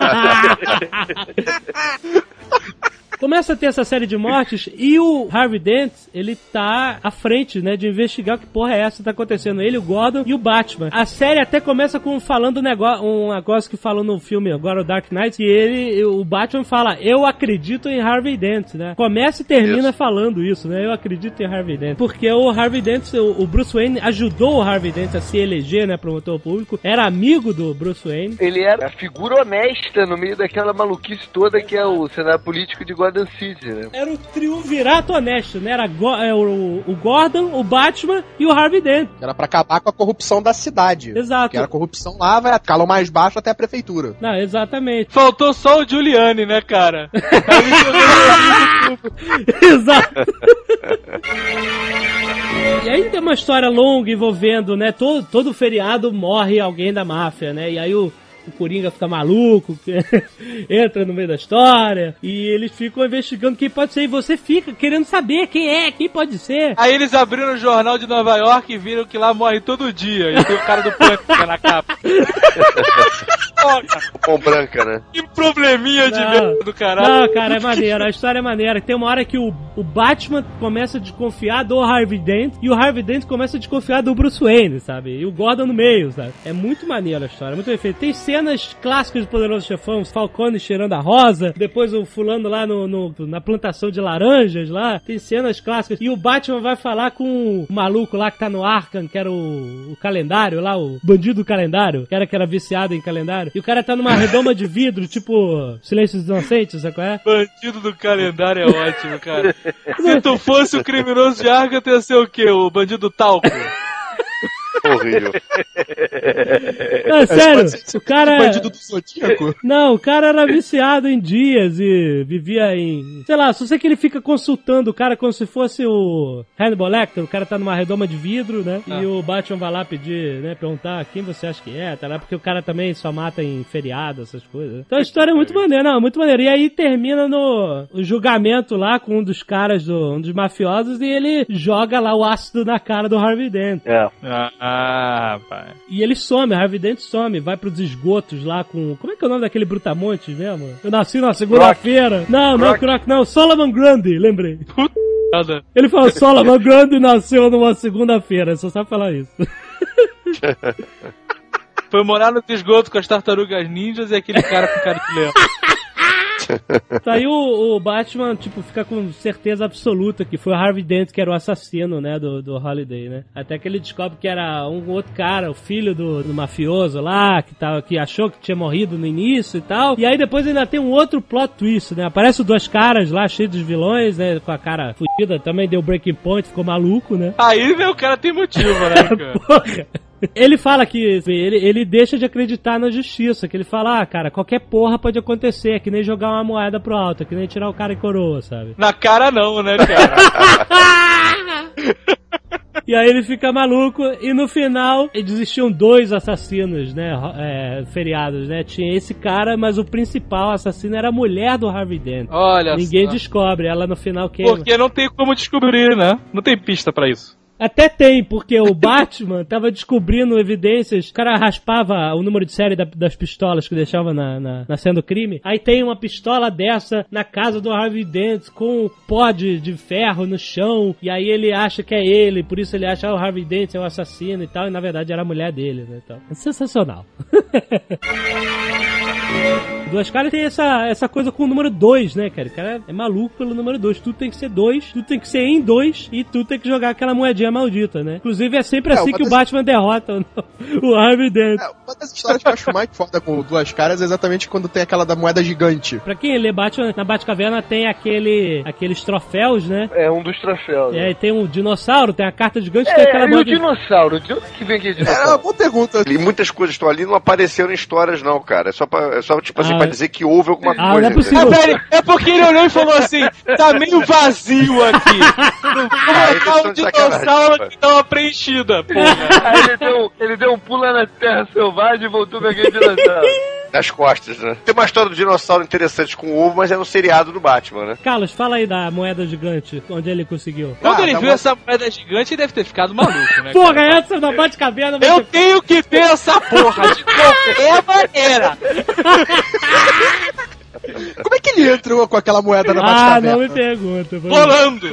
Começa a ter essa série de mortes e o Harvey Dent, ele tá à frente, né, de investigar que porra é essa que tá acontecendo. Ele, o Gordon e o Batman. A série até começa com falando um negócio, um negócio que falou no filme agora, o Dark Knight, que ele, o Batman fala, eu acredito em Harvey Dent, né? Começa e termina isso. falando isso, né? Eu acredito em Harvey Dent. Porque o Harvey Dent, o Bruce Wayne ajudou o Harvey Dent a se eleger, né, promotor público, era amigo do Bruce Wayne. Ele era a figura honesta no meio daquela maluquice toda que é o cenário político de Gotham City, né? Era o triunvirato honesto, né? Era go- é, o, o Gordon, o Batman e o Harvey Dent. Era pra acabar com a corrupção da cidade. Exato. Que era a corrupção lá, vai escalão mais baixo até a prefeitura. Não, exatamente. Faltou só o Giuliani, né, cara? Exato. E aí tem uma história longa envolvendo, né? Todo, todo feriado morre alguém da máfia, né? E aí o O Coringa fica maluco, entra no meio da história, e eles ficam investigando quem pode ser, e você fica querendo saber quem é, quem pode ser. Aí eles abriram o jornal de Nova York e viram que lá morre todo dia, e tem o cara do Pânico na capa. Com branca, né? Que probleminha de merda do caralho. Não, cara, é maneiro, a história é maneira. Tem uma hora que o, o Batman começa a desconfiar do Harvey Dent, e o Harvey Dent começa a desconfiar do Bruce Wayne, sabe? E o Gordon no meio, sabe? É muito maneiro a história, muito bem feito. Tem cenas clássicas de Poderoso Chefão, Falcone cheirando a rosa, depois o fulano lá no, no, na plantação de laranjas lá, tem cenas clássicas. E o Batman vai falar com o maluco lá que tá no Arkham, que era o, o calendário lá, o bandido do calendário, que era que era viciado em calendário. E o cara tá numa redoma de vidro, tipo Silêncio dos Inocentes, sabe qual é? Bandido do calendário é ótimo, cara. Se tu fosse o criminoso de Arkham, tu ia ser o quê? O bandido talco? Horrível. Não, sério, o cara... Bandido do Zodíaco? Não, o cara era viciado em dias e vivia em... Sei lá, só sei que ele fica consultando o cara como se fosse o Hannibal Lecter, o cara tá numa redoma de vidro, né? Ah. E o Batman vai lá pedir, né, perguntar quem você acha que é, tá lá, porque o cara também só mata em feriado, essas coisas. Então a história é muito maneira, não, muito maneira. E aí termina no o julgamento lá com um dos caras, do, um dos mafiosos, e ele joga lá o ácido na cara do Harvey Dent. É. Ah, pai. E ele some, Harvey Dent some, vai pros esgotos lá com... Como é que é o nome daquele brutamontes mesmo? Eu nasci na segunda-feira. Não, não, Croc, não. Solomon Grundy, lembrei. Puta. Ele falou, Solomon Grundy nasceu numa segunda-feira. Só sabe falar isso. Foi morar no esgoto com as tartarugas ninjas e aquele cara com cara de leão. Aí o, o Batman, tipo, fica com certeza absoluta que foi o Harvey Dent que era o assassino, né, do, do Holiday, né? Até que ele descobre que era um outro cara, o filho do, do mafioso lá, que, tava, que achou que tinha morrido no início e tal. E aí depois ainda tem um outro plot twist, né? Aparece os dois caras lá, cheios de vilões, né? Com a cara fudida, também deu breaking point, ficou maluco, né? Aí, meu, o cara tem motivo, né, cara? Porra! Ele fala que ele, ele deixa de acreditar na justiça, que ele fala, ah, cara, qualquer porra pode acontecer, é que nem jogar uma moeda pro alto, é que nem tirar o cara em coroa, sabe? Na cara não, né, cara? E aí ele fica maluco, e no final existiam dois assassinos, né, é, feriados, né? Tinha esse cara, mas o principal assassino era a mulher do Harvey Dent. Olha Ninguém só. descobre, ela no final queima. Porque não tem como descobrir, né? Não tem pista pra isso. Até tem, porque o Batman tava descobrindo evidências, o cara raspava o número de série da, das pistolas que deixava na, na, na cena do crime, aí tem uma pistola dessa na casa do Harvey Dent com um pó de, de ferro no chão, e aí ele acha que é ele, por isso ele acha que o Harvey Dent é o assassino e tal, e na verdade era a mulher dele, né, então. É sensacional. Duas Caras tem essa, essa coisa com o número dois, né, cara? O cara é maluco pelo número dois. Tudo tem que ser dois, tudo tem que ser em dois, e tudo tem que jogar aquela moedinha maldita, né? Inclusive é sempre é, assim que das... o Batman derrota o, o Harvey Dent. É, uma das histórias que eu acho mais foda com Duas Caras é exatamente quando tem aquela da moeda gigante. Pra quem lê Batman, na Batcaverna tem aquele, aqueles troféus, né? É, um dos troféus. É, e tem um dinossauro, tem a carta gigante, é, tem aquela moeda... E o dinossauro? De onde que vem aquele dinossauro? É uma boa pergunta. E muitas coisas que estão ali não apareceram em histórias, não, cara. É só, pra, é só tipo assim, ah, pra dizer que houve alguma ah, coisa. Não é possível. É, é porque ele olhou e falou assim, tá meio vazio aqui. Vou botar um dinossauro que dá uma preenchida, porra. Aí ele deu, ele deu um pulo na Terra Selvagem e voltou com aquele dinossauro. Nas costas, né? Tem uma história do dinossauro interessante com o ovo, mas é no seriado do Batman, né? Carlos, fala aí da moeda gigante, onde ele conseguiu. Quando ah, ele viu uma... essa moeda gigante, ele deve ter ficado maluco, né? Porra, cara? Essa da Batcaverna... Eu ter... tenho que ter essa porra, de qualquer maneira! Como é que ele entrou com aquela moeda na ah, Batcaverna? Ah, não me pergunta. Rolando!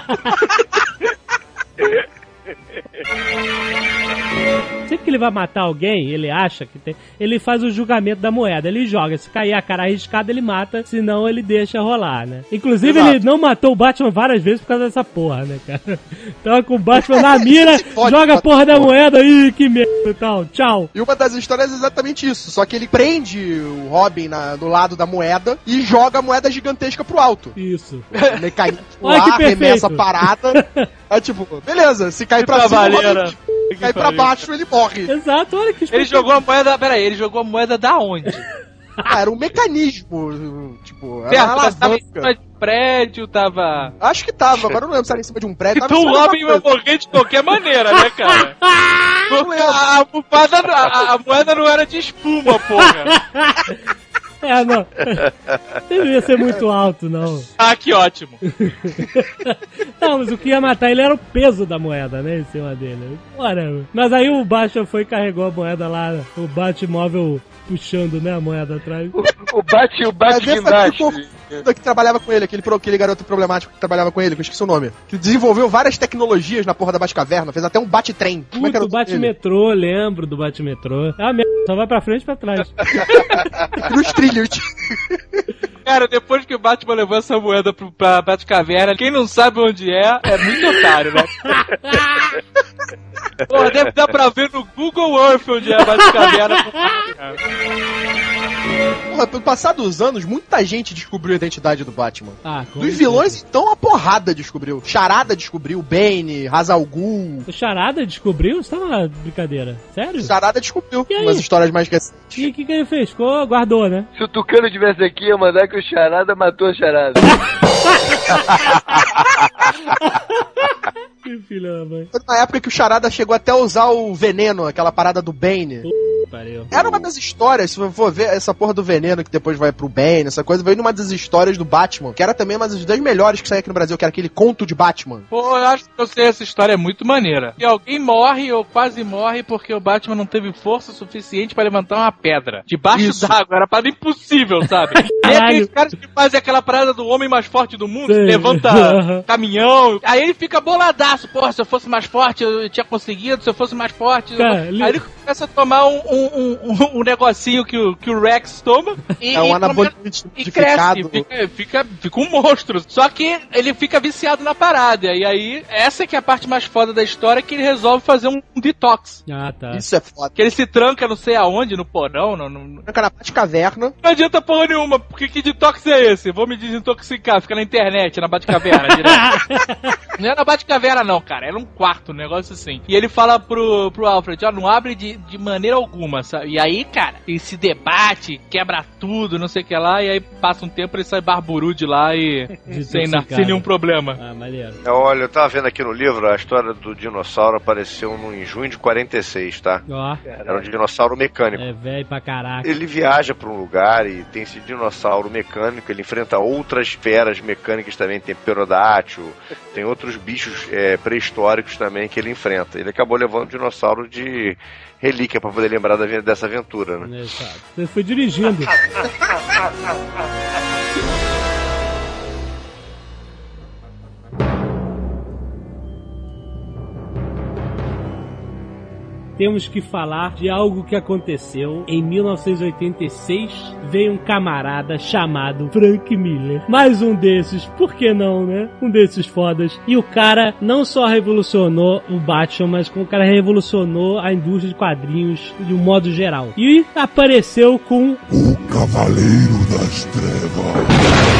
Sempre que ele vai matar alguém, ele acha que tem... Ele faz o julgamento da moeda. Ele joga. Se cair a cara arriscada, ele mata. Senão, ele deixa rolar, né? Inclusive, Exato. Ele não matou o Batman várias vezes por causa dessa porra, né, cara? Então, com o Batman na mira, joga a porra da moeda aí, que merda e tal. Tchau. E uma das histórias é exatamente isso. Só que ele prende o Robin na, do lado da moeda e joga a moeda gigantesca pro alto. Isso. O mecanismo lá, arremessa a parada. É tipo, beleza, se cair pra cima, Robin, se cair pra baixo, ele morre. Exato, olha que Ele jogou a moeda, peraí, ele jogou a moeda da onde? Ah, era um mecanismo, tipo, era certo, uma mas tava em alavanca. cima de um prédio, tava... Acho que tava, agora eu não lembro se era em cima de um prédio. Então o Robin vai morrer de qualquer maneira, né, cara? a, a, a, a moeda não era de espuma, porra. É, não. Devia ser muito alto, não. Ah, que ótimo. Não, mas o que ia matar ele era o peso da moeda, né, em cima dele. Whatever. Mas aí o Batman foi e carregou a moeda lá, o Batmóvel puxando, né, a moeda atrás. O, o Bat, o Bat que trabalhava com ele, aquele, aquele garoto problemático que trabalhava com ele, que eu esqueci o nome. Que desenvolveu várias tecnologias na porra da Batcaverna, fez até um Bat-trem. Como é que era o Bat-metrô, lembro do Bat-metrô. É a merda, só vai pra frente e pra trás. Nos trilhos. Cara, depois que o Batman levou essa moeda pro, pra Batcaverna, quem não sabe onde é, é muito otário, né? Porra, deve dar pra ver no Google Earth onde é a Batcaverna. Porra, pelo passar dos anos, muita gente descobriu a identidade do Batman. Ah, dos vilões, então, uma porrada descobriu. Charada descobriu, Bane, Ra's al Ghul. O Charada descobriu? Você tá na brincadeira? Sério? Charada descobriu umas histórias mais recentes. E o que, que ele fez? Ficou, guardou, né? Se o Tucano tivesse aqui, ia mandar que o Charada matou a Charada. Que filho da mãe. Foi na época que o Charada chegou até a usar o veneno, aquela parada do Bane. Pariu. Era uma das histórias, se eu for ver essa porra do veneno que depois vai pro Bane, essa coisa, veio numa das histórias do Batman, que era também uma das melhores que saiu aqui no Brasil, que era aquele conto de Batman. Pô, eu acho que eu sei, essa história é muito maneira. E alguém morre ou quase morre porque o Batman não teve força suficiente pra levantar uma pedra. Debaixo d'água, era parada impossível, sabe? E aqueles caras que fazem aquela parada do homem mais forte do mundo, que levanta caminhão, aí ele fica boladaço, porra, se eu fosse mais forte eu tinha conseguido, se eu fosse mais forte... Cara, eu... Aí ele começa a tomar um, um, um, um negocinho que o, que o Rex toma e, é um e, anabolizante e cresce, fica, fica, fica um monstro. Só que ele fica viciado na parada. E aí, essa que é a parte mais foda da história, que ele resolve fazer um detox. Ah, tá. Isso é foda. Que ele se tranca não sei aonde, no porão. No, no... Tranca na Batcaverna. Não adianta porra nenhuma, porque que detox é esse? Vou me desintoxicar, fica na internet, na Batcaverna, direto. Não é na Batcaverna não, cara, era um quarto, um negócio assim. E ele fala pro, pro Alfred, ó, não abre de, de maneira alguma, sabe? E aí, cara, ele se debate, quebra tudo, não sei o que lá, e aí passa um tempo, ele sai barburu de lá e sem, na, sem nenhum problema. Ah, maneiro. É, olha, eu tava vendo aqui no livro, a história do dinossauro apareceu no, em junho de quarenta e seis, tá? Ó. Era um dinossauro mecânico. É velho pra caraca. Ele viaja pra um lugar e tem esse dinossauro mecânico, ele enfrenta outras feras mecânicas também, tem pterodátil, tem outros bichos é, pré-históricos também que ele enfrenta. Ele acabou levando um dinossauro de relíquia pra poder lembrar da, dessa aventura, né? Exato. Você foi dirigindo. Temos que falar de algo que aconteceu em mil novecentos e oitenta e seis. Veio um camarada chamado Frank Miller. Mais um desses, por que não, né? Um desses fodas. E o cara não só revolucionou o Batman, mas como o cara revolucionou a indústria de quadrinhos de um modo geral. E apareceu com o Cavaleiro das Trevas.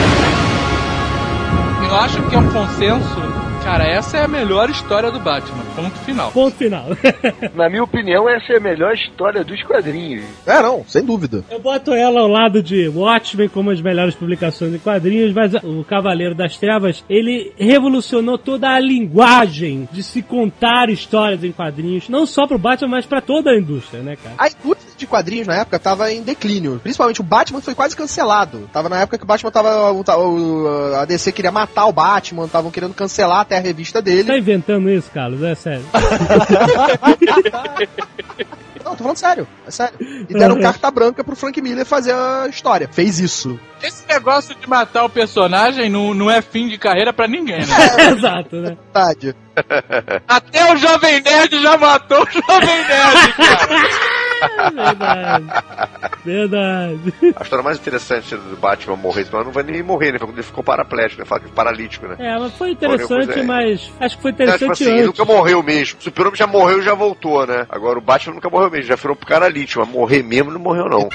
Eu acho que é um consenso. Cara, essa é a melhor história do Batman. Ponto final. Ponto final. Na minha opinião, essa é a melhor história dos quadrinhos. É, não, sem dúvida. Eu boto ela ao lado de Watchmen como as melhores publicações de quadrinhos, mas o Cavaleiro das Trevas, ele revolucionou toda a linguagem de se contar histórias em quadrinhos, não só pro Batman, mas pra toda a indústria, né, cara? A indústria de quadrinhos na época tava em declínio. Principalmente o Batman foi quase cancelado. Tava na época que o Batman tava... a D C queria matar o Batman, estavam querendo cancelar até a revista dele. Tá inventando isso, Carlos? É sério. Não, tô falando sério. É sério. E deram uhum. carta branca pro Frank Miller fazer a história. Fez isso. Esse negócio de matar o personagem não, não é fim de carreira pra ninguém, né? É, exato, né? Verdade. Até o Jovem Nerd já matou o Jovem Nerd, cara. Verdade. Verdade. A história mais interessante do Batman morrer, mas não vai nem morrer, né? Ele ficou paraplégico, né? Paralítico, né? É, mas foi interessante, morreu, mas acho que foi interessante é, tipo assim, antes. Ele nunca morreu mesmo. O Super-Homem já morreu e já voltou, né? Agora o Batman nunca morreu mesmo, já virou paralítico, mas morrer mesmo não morreu, não.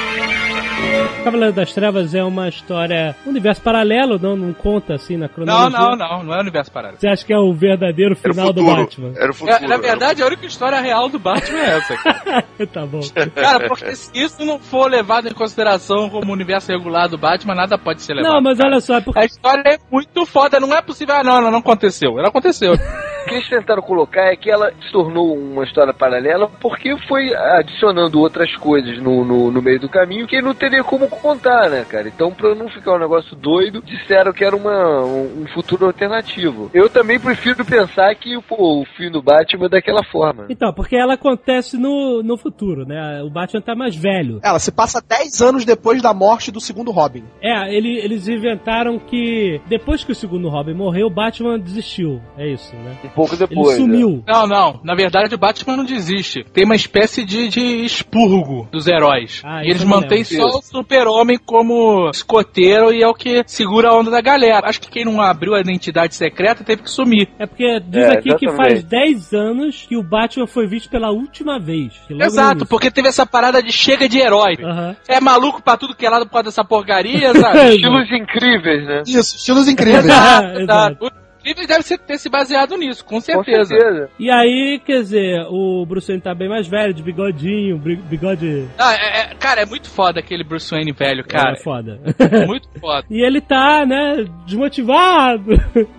Cavaleiro das Trevas é uma história, um universo paralelo, não, não conta assim na cronologia. Não, não, não, não é um universo paralelo. Você acha que é o verdadeiro final do Batman? Era o futuro. É, na verdade, a única história real do Batman é essa, cara. Tá bom. Cara, porque se isso não for levado em consideração como universo regular do Batman, nada pode ser levado. Não, mas cara. olha só, é porque... A história é muito foda, não é possível. Ah, não, não, não aconteceu. Ela aconteceu. O que eles tentaram colocar é que ela se tornou uma história paralela porque foi adicionando outras coisas no, no, no meio do caminho que não teria como contar, né, cara? Então, pra não ficar um negócio doido, disseram que era uma, um, um futuro alternativo. Eu também prefiro pensar que pô, o fim do Batman é daquela forma. Então, porque ela acontece no, no futuro, né? O Batman tá mais velho. Ela se passa dez anos depois da morte do segundo Robin. É, ele, eles inventaram que depois que o segundo Robin morreu, o Batman desistiu. É isso, né? Um pouco depois. Ele sumiu. É. Não, não. Na verdade, o Batman não desiste. Tem uma espécie de, de expurgo dos heróis. Ah, e eles mantêm só o Super-Homem como escoteiro e é o que segura a onda da galera. Acho que quem não abriu a identidade secreta teve que sumir. É porque diz é, aqui exatamente. que faz dez anos que o Batman foi visto pela última vez. Exato, porque teve essa parada de chega de herói. Uhum. É maluco pra tudo que é lado por causa dessa porcaria, sabe? Estilos incríveis, né? Isso, estilos incríveis. Exato, exato. Ele deve ter se baseado nisso, com certeza. com certeza. E aí, quer dizer, o Bruce Wayne tá bem mais velho, de bigodinho, bigode... Ah, é, é, cara, é muito foda aquele Bruce Wayne velho, cara. É foda. Muito foda. E ele tá, né, desmotivado.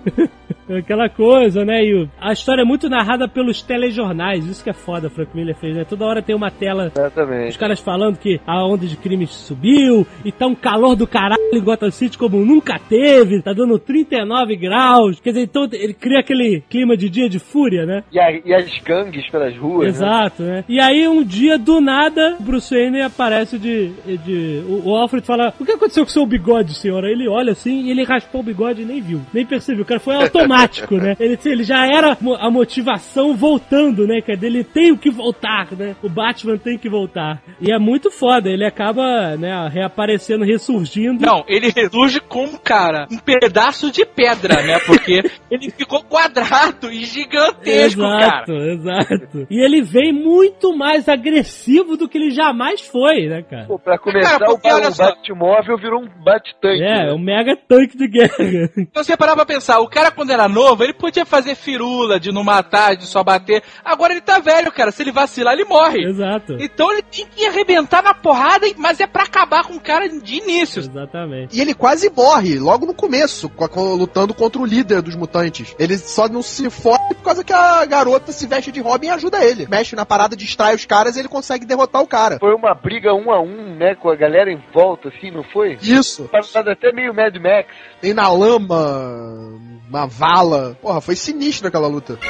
Aquela coisa, né? E a história é muito narrada pelos telejornais. Isso que é foda, o Frank Miller fez, né? Toda hora tem uma tela... Exatamente. Os caras falando que a onda de crimes subiu e tá um calor do caralho em Gotham City como nunca teve, tá dando trinta e nove graus. Quer dizer, então ele cria aquele clima de dia de fúria, né? E, a, e as gangues pelas ruas. Exato, né? né? E aí um dia, do nada, Bruce Wayne aparece de... de o, o Alfred fala, o que aconteceu com o seu bigode, senhora? Ele olha assim e ele raspou o bigode e nem viu, nem percebeu. O cara foi automático, né? Ele, ele já era a motivação voltando, né? Que ele tem que voltar, né? O Batman tem que voltar. E é muito foda, ele acaba, né, reaparecendo, ressurgindo. Não, ele ressurge como, cara, um pedaço de pedra, né? Porque ele ficou quadrado e gigantesco, exato, cara. Exato. E ele vem muito mais agressivo do que ele jamais foi, né, cara? Pô, pra começar, cara, porque, o, o Batmóvel virou um bate-tanque. É, né? um mega tanque de guerra. Então você parar pra pensar, o cara quando era novo, ele podia fazer firula de não matar, de só bater. Agora ele tá velho, cara. Se ele vacilar, ele morre. Exato. Então ele tem que arrebentar na porrada, mas é pra acabar com o cara de início. Exatamente. E ele quase morre, logo no começo, com a, com, lutando contra o líder dos mutantes. Ele só não se fode por causa que a garota se veste de Robin e ajuda ele. Mexe na parada, distrai os caras e ele consegue derrotar o cara. Foi uma briga um a um, né, com a galera em volta, assim, não foi? Isso. Passado até meio Mad Max. Tem na lama, uma vala. Porra, foi sinistro aquela luta.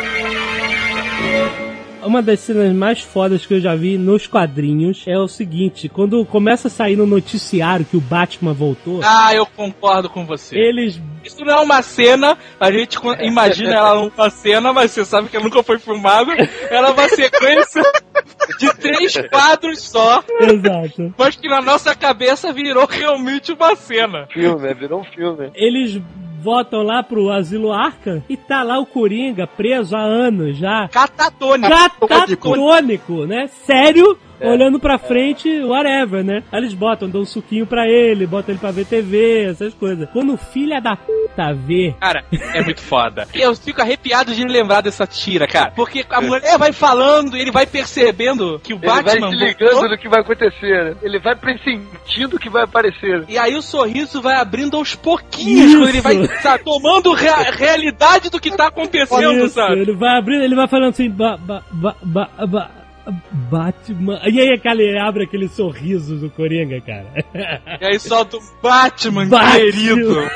Uma das cenas mais fodas que eu já vi nos quadrinhos é o seguinte, quando começa a sair no noticiário que o Batman voltou... Ah, eu concordo com você. Eles... Isso não é uma cena, a gente imagina ela uma cena, mas você sabe que nunca foi filmado. Ela é uma sequência de três quadros só. Exato. Mas que na nossa cabeça virou realmente uma cena. Filme, virou um filme. Eles... voltam lá pro Asilo Arkham e tá lá o Coringa preso há anos já. Catatônico. Catatônico, né? Sério? É. Olhando pra frente, whatever, né? Aí eles botam, dão um suquinho pra ele, botam ele pra ver T V, essas coisas. Quando o filho da puta vê... Cara, é muito foda. Eu fico arrepiado de lembrar dessa tira, cara. Porque a mulher vai falando e ele vai percebendo que o ele Batman... Ele vai se ligando voltou. No que vai acontecer, né? Ele vai pressentindo o que vai aparecer. E aí o sorriso vai abrindo aos pouquinhos, quando ele vai, sabe, tomando rea- realidade do que tá acontecendo, isso, sabe? Ele vai abrindo, ele vai falando assim... Ba, ba, ba, ba, ba, Batman. E aí ele abre aquele sorriso do Coringa, cara. E aí solta o Batman, Batman. querido.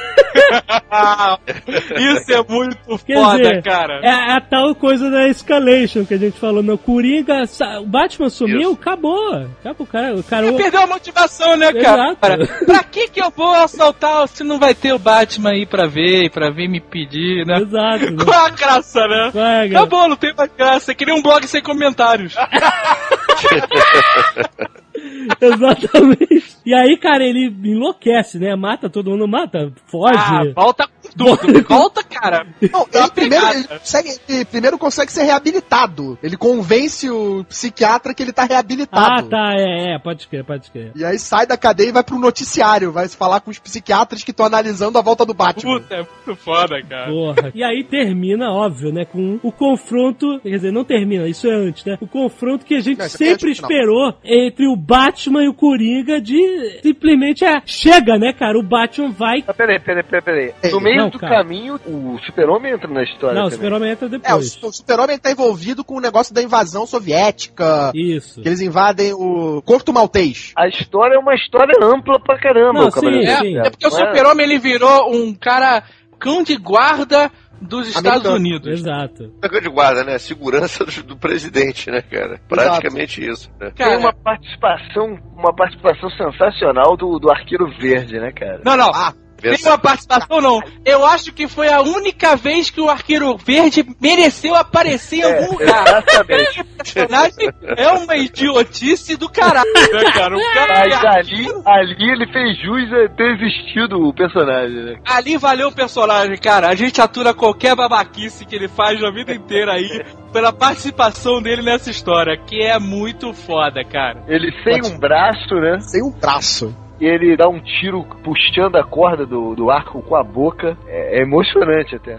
Isso é muito Quer foda, dizer, cara. É a tal coisa da escalation que a gente falou. No Coringa, o Batman sumiu, Isso. acabou. Acabou, o cara. O cara... Perdeu a motivação, né, cara? Exato. Pra que que eu vou assaltar se não vai ter o Batman aí pra ver, pra vir me pedir, né? Exato. Né? Qual a graça, né? Qual é, acabou, não tem mais graça. É que nem um blog sem comentários. Exatamente. E aí, cara, ele enlouquece, né? Mata todo mundo, mata, foge. Ah, volta com tudo. Volta, cara. Não, ele, primeiro, ele, consegue, ele primeiro consegue ser reabilitado. Ele convence o psiquiatra que ele tá reabilitado. Ah, tá, é, é, pode crer, pode crer. E aí sai da cadeia e vai pro noticiário, vai falar com os psiquiatras que estão analisando a volta do Batman. Puta, é muito foda, cara. Porra. E aí termina, óbvio, né, com o confronto, quer dizer, não termina, isso é antes, né? O confronto que a gente não, sempre é esperou entre o Batman e o Coringa de simplesmente é, chega, né, cara? O Batman vai... Ah, peraí, peraí, peraí, peraí. No meio não, do cara. caminho, o Super-Homem entra na história Não, também. o Super-Homem entra depois. É, o, o Super-Homem tá envolvido com o negócio da invasão soviética. Isso. Que eles invadem o Corto Maltês. A história é uma história ampla pra caramba. Não, o sim, é, sim. é porque o Super-Homem, ele virou um cara cão de guarda dos Estados Americano. Unidos. Exato. Cão de guarda, né? Segurança do, do presidente, né, cara? Praticamente Exato. Isso. Né? Tem cara, uma participação, uma participação sensacional do, do Arqueiro Verde, né, cara? Não, não. Ah. Tem uma participação, não. Eu acho que foi a única vez que o Arqueiro Verde mereceu aparecer em algum é, lugar. Exatamente. Esse personagem é uma idiotice do caralho, né, cara? O cara Mas é ali, ali ele fez jus a ter existido o personagem, né? Ali valeu o personagem, cara. A gente atura qualquer babaquice que ele faz na vida inteira aí pela participação dele nessa história, que é muito foda, cara. Ele sem Pode... um braço, né? Sem um braço. E ele dá um tiro puxando a corda do, do arco com a boca. É, é emocionante até.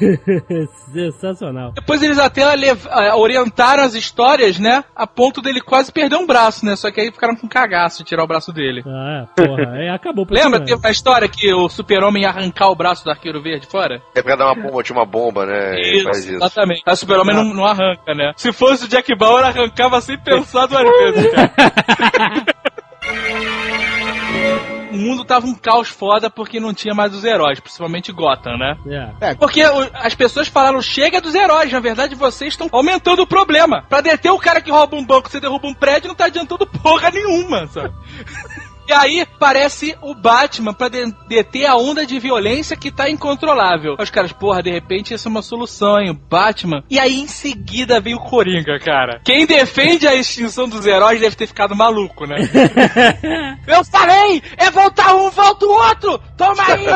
Sensacional. Depois eles até lev- orientaram as histórias, né? A ponto dele quase perder um braço, né? Só que aí ficaram com cagaço de tirar o braço dele. Ah, porra. É, acabou. Lembra? Teve uma história que o Super-Homem ia arrancar o braço do Arqueiro Verde fora? É pra dar uma bomba, tinha uma bomba, né? Isso, faz isso. Exatamente. Aí o Super-Homem ah. não, não arranca, né? Se fosse o Jack Bauer, arrancava sem pensar duas vezes, cara. mundo tava um caos foda porque não tinha mais os heróis, principalmente Gotham, né? É. É, Porque o- as pessoas falaram, chega dos heróis, na verdade vocês estão aumentando o problema. Pra deter o cara que rouba um banco, você derruba um prédio, não tá adiantando porra nenhuma, sabe? E aí, parece o Batman pra de- deter a onda de violência que tá incontrolável. Os caras, porra, de repente isso é uma solução, hein? O Batman. E aí, em seguida, vem o Coringa, cara. Quem defende a extinção dos heróis deve ter ficado maluco, né? Eu falei! É voltar um, volta o outro! Toma aí!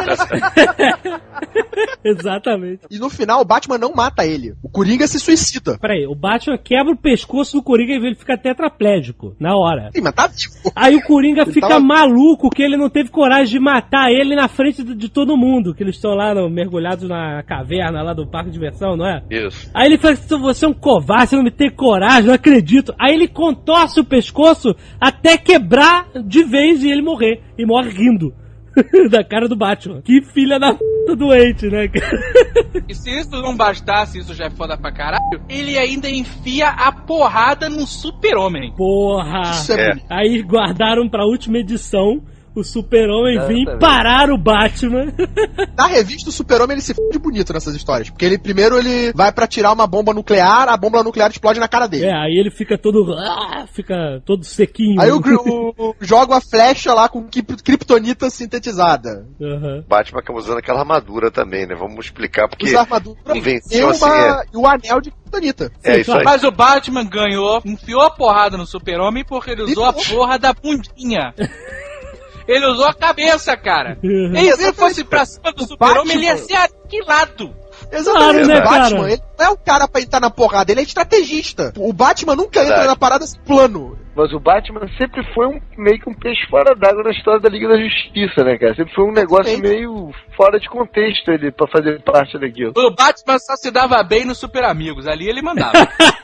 Exatamente. E no final, o Batman não mata ele. O Coringa se suicida. Peraí, o Batman quebra o pescoço do Coringa e ele fica tetraplégico na hora. Sim, mas tá vivo. Aí o Coringa Ele fica tava- maluco que ele não teve coragem de matar ele na frente de, de todo mundo, que eles estão lá no- mergulhados na caverna lá do parque de diversão, não é? Isso. Aí ele fala assim, você é um covarde, você não me tem coragem, não acredito. Aí ele contorce o pescoço até quebrar de vez e ele morrer. E morre rindo. Da cara do Batman. Que filha da p doente, né, cara? E se isso não bastasse, isso já é foda pra caralho, ele ainda enfia a porrada no super-homem. Porra! Isso é É. bonito. Aí guardaram pra última edição o super-homem vir Exatamente. parar o Batman. Na revista, o Super-Homem ele se f*** bonito nessas histórias. Porque ele primeiro ele vai pra tirar uma bomba nuclear, a bomba nuclear explode na cara dele. É, aí ele fica todo... ah, fica todo sequinho. Aí o, o, o- joga a flecha lá com kip- kryptonita sintetizada. Uhum. Batman acaba usando aquela armadura também, né? Vamos explicar porque Usa a armadura e, venceu assim, uma, é. e o anel de kryptonita. É isso aí. Mas o Batman ganhou, enfiou a porrada no super-homem porque ele usou a porra da bundinha. Ele usou a cabeça, cara. Uhum. E se ele fosse pra cima do super-homem, ele ia ser aniquilado. Exatamente. Claro, né, o Batman, cara? ele não é o cara pra entrar na porrada, ele é estrategista. O Batman nunca entra Verdade. na parada sem plano. Mas o Batman sempre foi um, meio que um peixe fora d'água na história da Liga da Justiça, né, cara? Sempre foi um negócio Sim. meio fora de contexto ele pra fazer parte daquilo. O Batman só se dava bem nos Super Amigos. Ali ele mandava.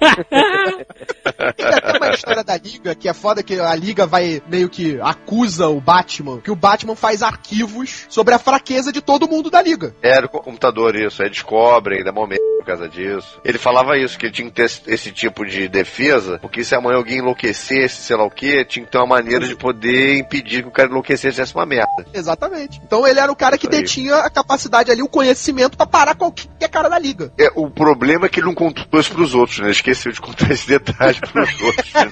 Tem até uma história da Liga que é foda que a Liga vai meio que acusa o Batman, que o Batman faz arquivos sobre a fraqueza de todo mundo da Liga. Era o computador isso, aí descobrem, dá momento por causa disso. Ele falava isso, que ele tinha que ter esse, esse tipo de defesa, porque se amanhã alguém enlouquecesse, sei lá o que, tinha que ter uma maneira de poder impedir que o cara enlouquecesse e fizesse uma merda. Exatamente. Então ele era o cara que Isso aí. detinha a capacidade ali, o conhecimento pra parar qualquer cara da Liga. É, o problema é que ele não contou isso pros outros, né? Esqueceu de contar esse detalhe pros outros. Né?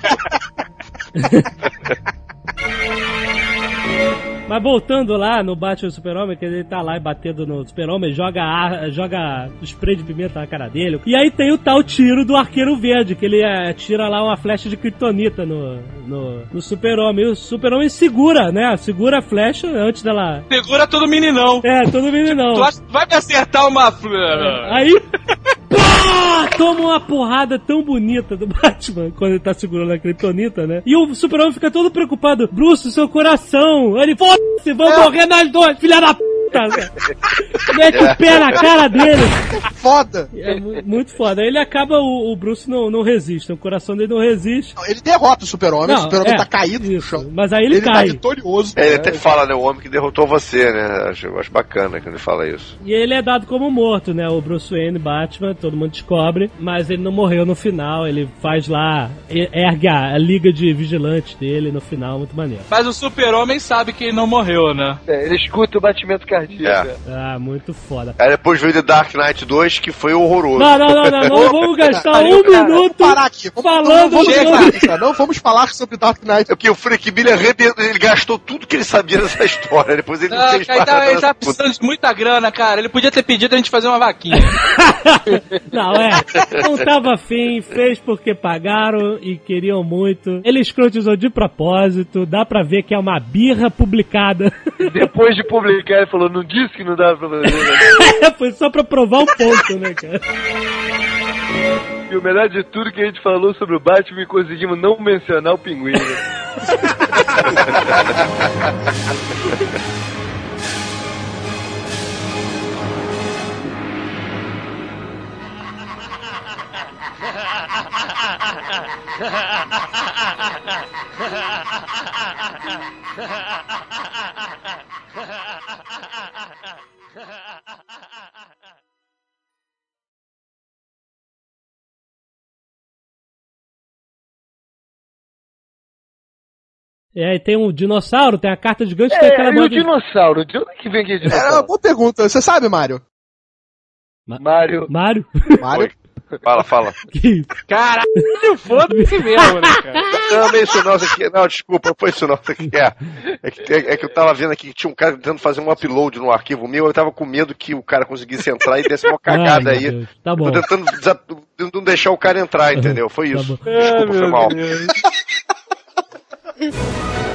Mas voltando lá no Batman Super-Homem, que ele tá lá batendo no Super-Homem, joga, ar, joga spray de pimenta na cara dele. E aí tem o tal tiro do Arqueiro Verde, que ele é, tira lá uma flecha de kryptonita no, no, no Super-Homem. E o Super-Homem segura, né? Segura a flecha antes dela... Segura todo meninão. É, todo meninão. Tu acha que vai me acertar uma... Aí... pá! Toma uma porrada tão bonita do Batman quando ele tá segurando a kryptonita, né? E o Super-Homem fica todo preocupado. Bruce, seu coração. Ele, foda-se, vão morrer nós dois, filha da p. Mete o pé na cara dele. Foda. É mu- muito foda. Aí ele acaba, o, o Bruce não, não resiste, o coração dele não resiste. Ele derrota o Super-Homem, o Não, Super-Homem é, tá caído no isso. chão. Mas aí ele, Ele tá cai. vitorioso. É, ele até fala, né? O homem que derrotou você, né? Acho, eu acho bacana quando ele fala isso. E ele é dado como morto, né? O Bruce Wayne, Batman, todo mundo descobre. Mas ele não morreu no final. Ele faz lá, e- ergue a, a liga de vigilantes dele no final, muito maneiro. Mas o Super-Homem sabe que ele não morreu, né? É, ele escuta o batimento cardíaco. É. Ah, muito foda. Aí depois veio The Dark Knight dois, que foi horroroso. Não, não, não, não, não vamos gastar um Cara, minuto vamos parar aqui. Vamos, falando vamos, sobre- vamos, cara, não vamos falar sobre Dark Knight. É porque o Frank Miller arrebentou, ele gastou tudo que ele sabia dessa história. Depois ele não Ah, fez cara, ele, tá, nada ele tá dessa precisando de muita grana, cara. Ele podia ter pedido a gente fazer uma vaquinha. Não, é. Não tava afim, fez porque pagaram e queriam muito. Ele escrotizou de propósito, dá pra ver que é uma birra publicada. Depois de publicar, ele falou, não disse que não dava pra fazer. Né? Foi só pra provar um ponto, né, cara? E o melhor de tudo que a gente falou sobre o Batman e conseguimos não mencionar o Pinguim. Né? É, e tem um dinossauro, tem a carta gigante, É, tem aquela e o bola de... dinossauro? De onde que vem aquele Era uma dinossauro? boa pergunta. Você sabe, Mário? Mário. Mário? Mário? Fala, fala. Caralho, foda-se mesmo, né, cara? Não, não é isso não, isso aqui, não, desculpa, não foi isso não, isso aqui é, é, que, é, é que eu tava vendo aqui que tinha um cara tentando fazer um upload no arquivo meu, eu tava com medo que o cara conseguisse entrar e desse uma cagada Ai, aí. meu Deus. Tá bom. Tô tentando desa- não deixar o cara entrar, entendeu? Foi Tá isso. bom. Desculpa, Ah, foi meu mal. Deus.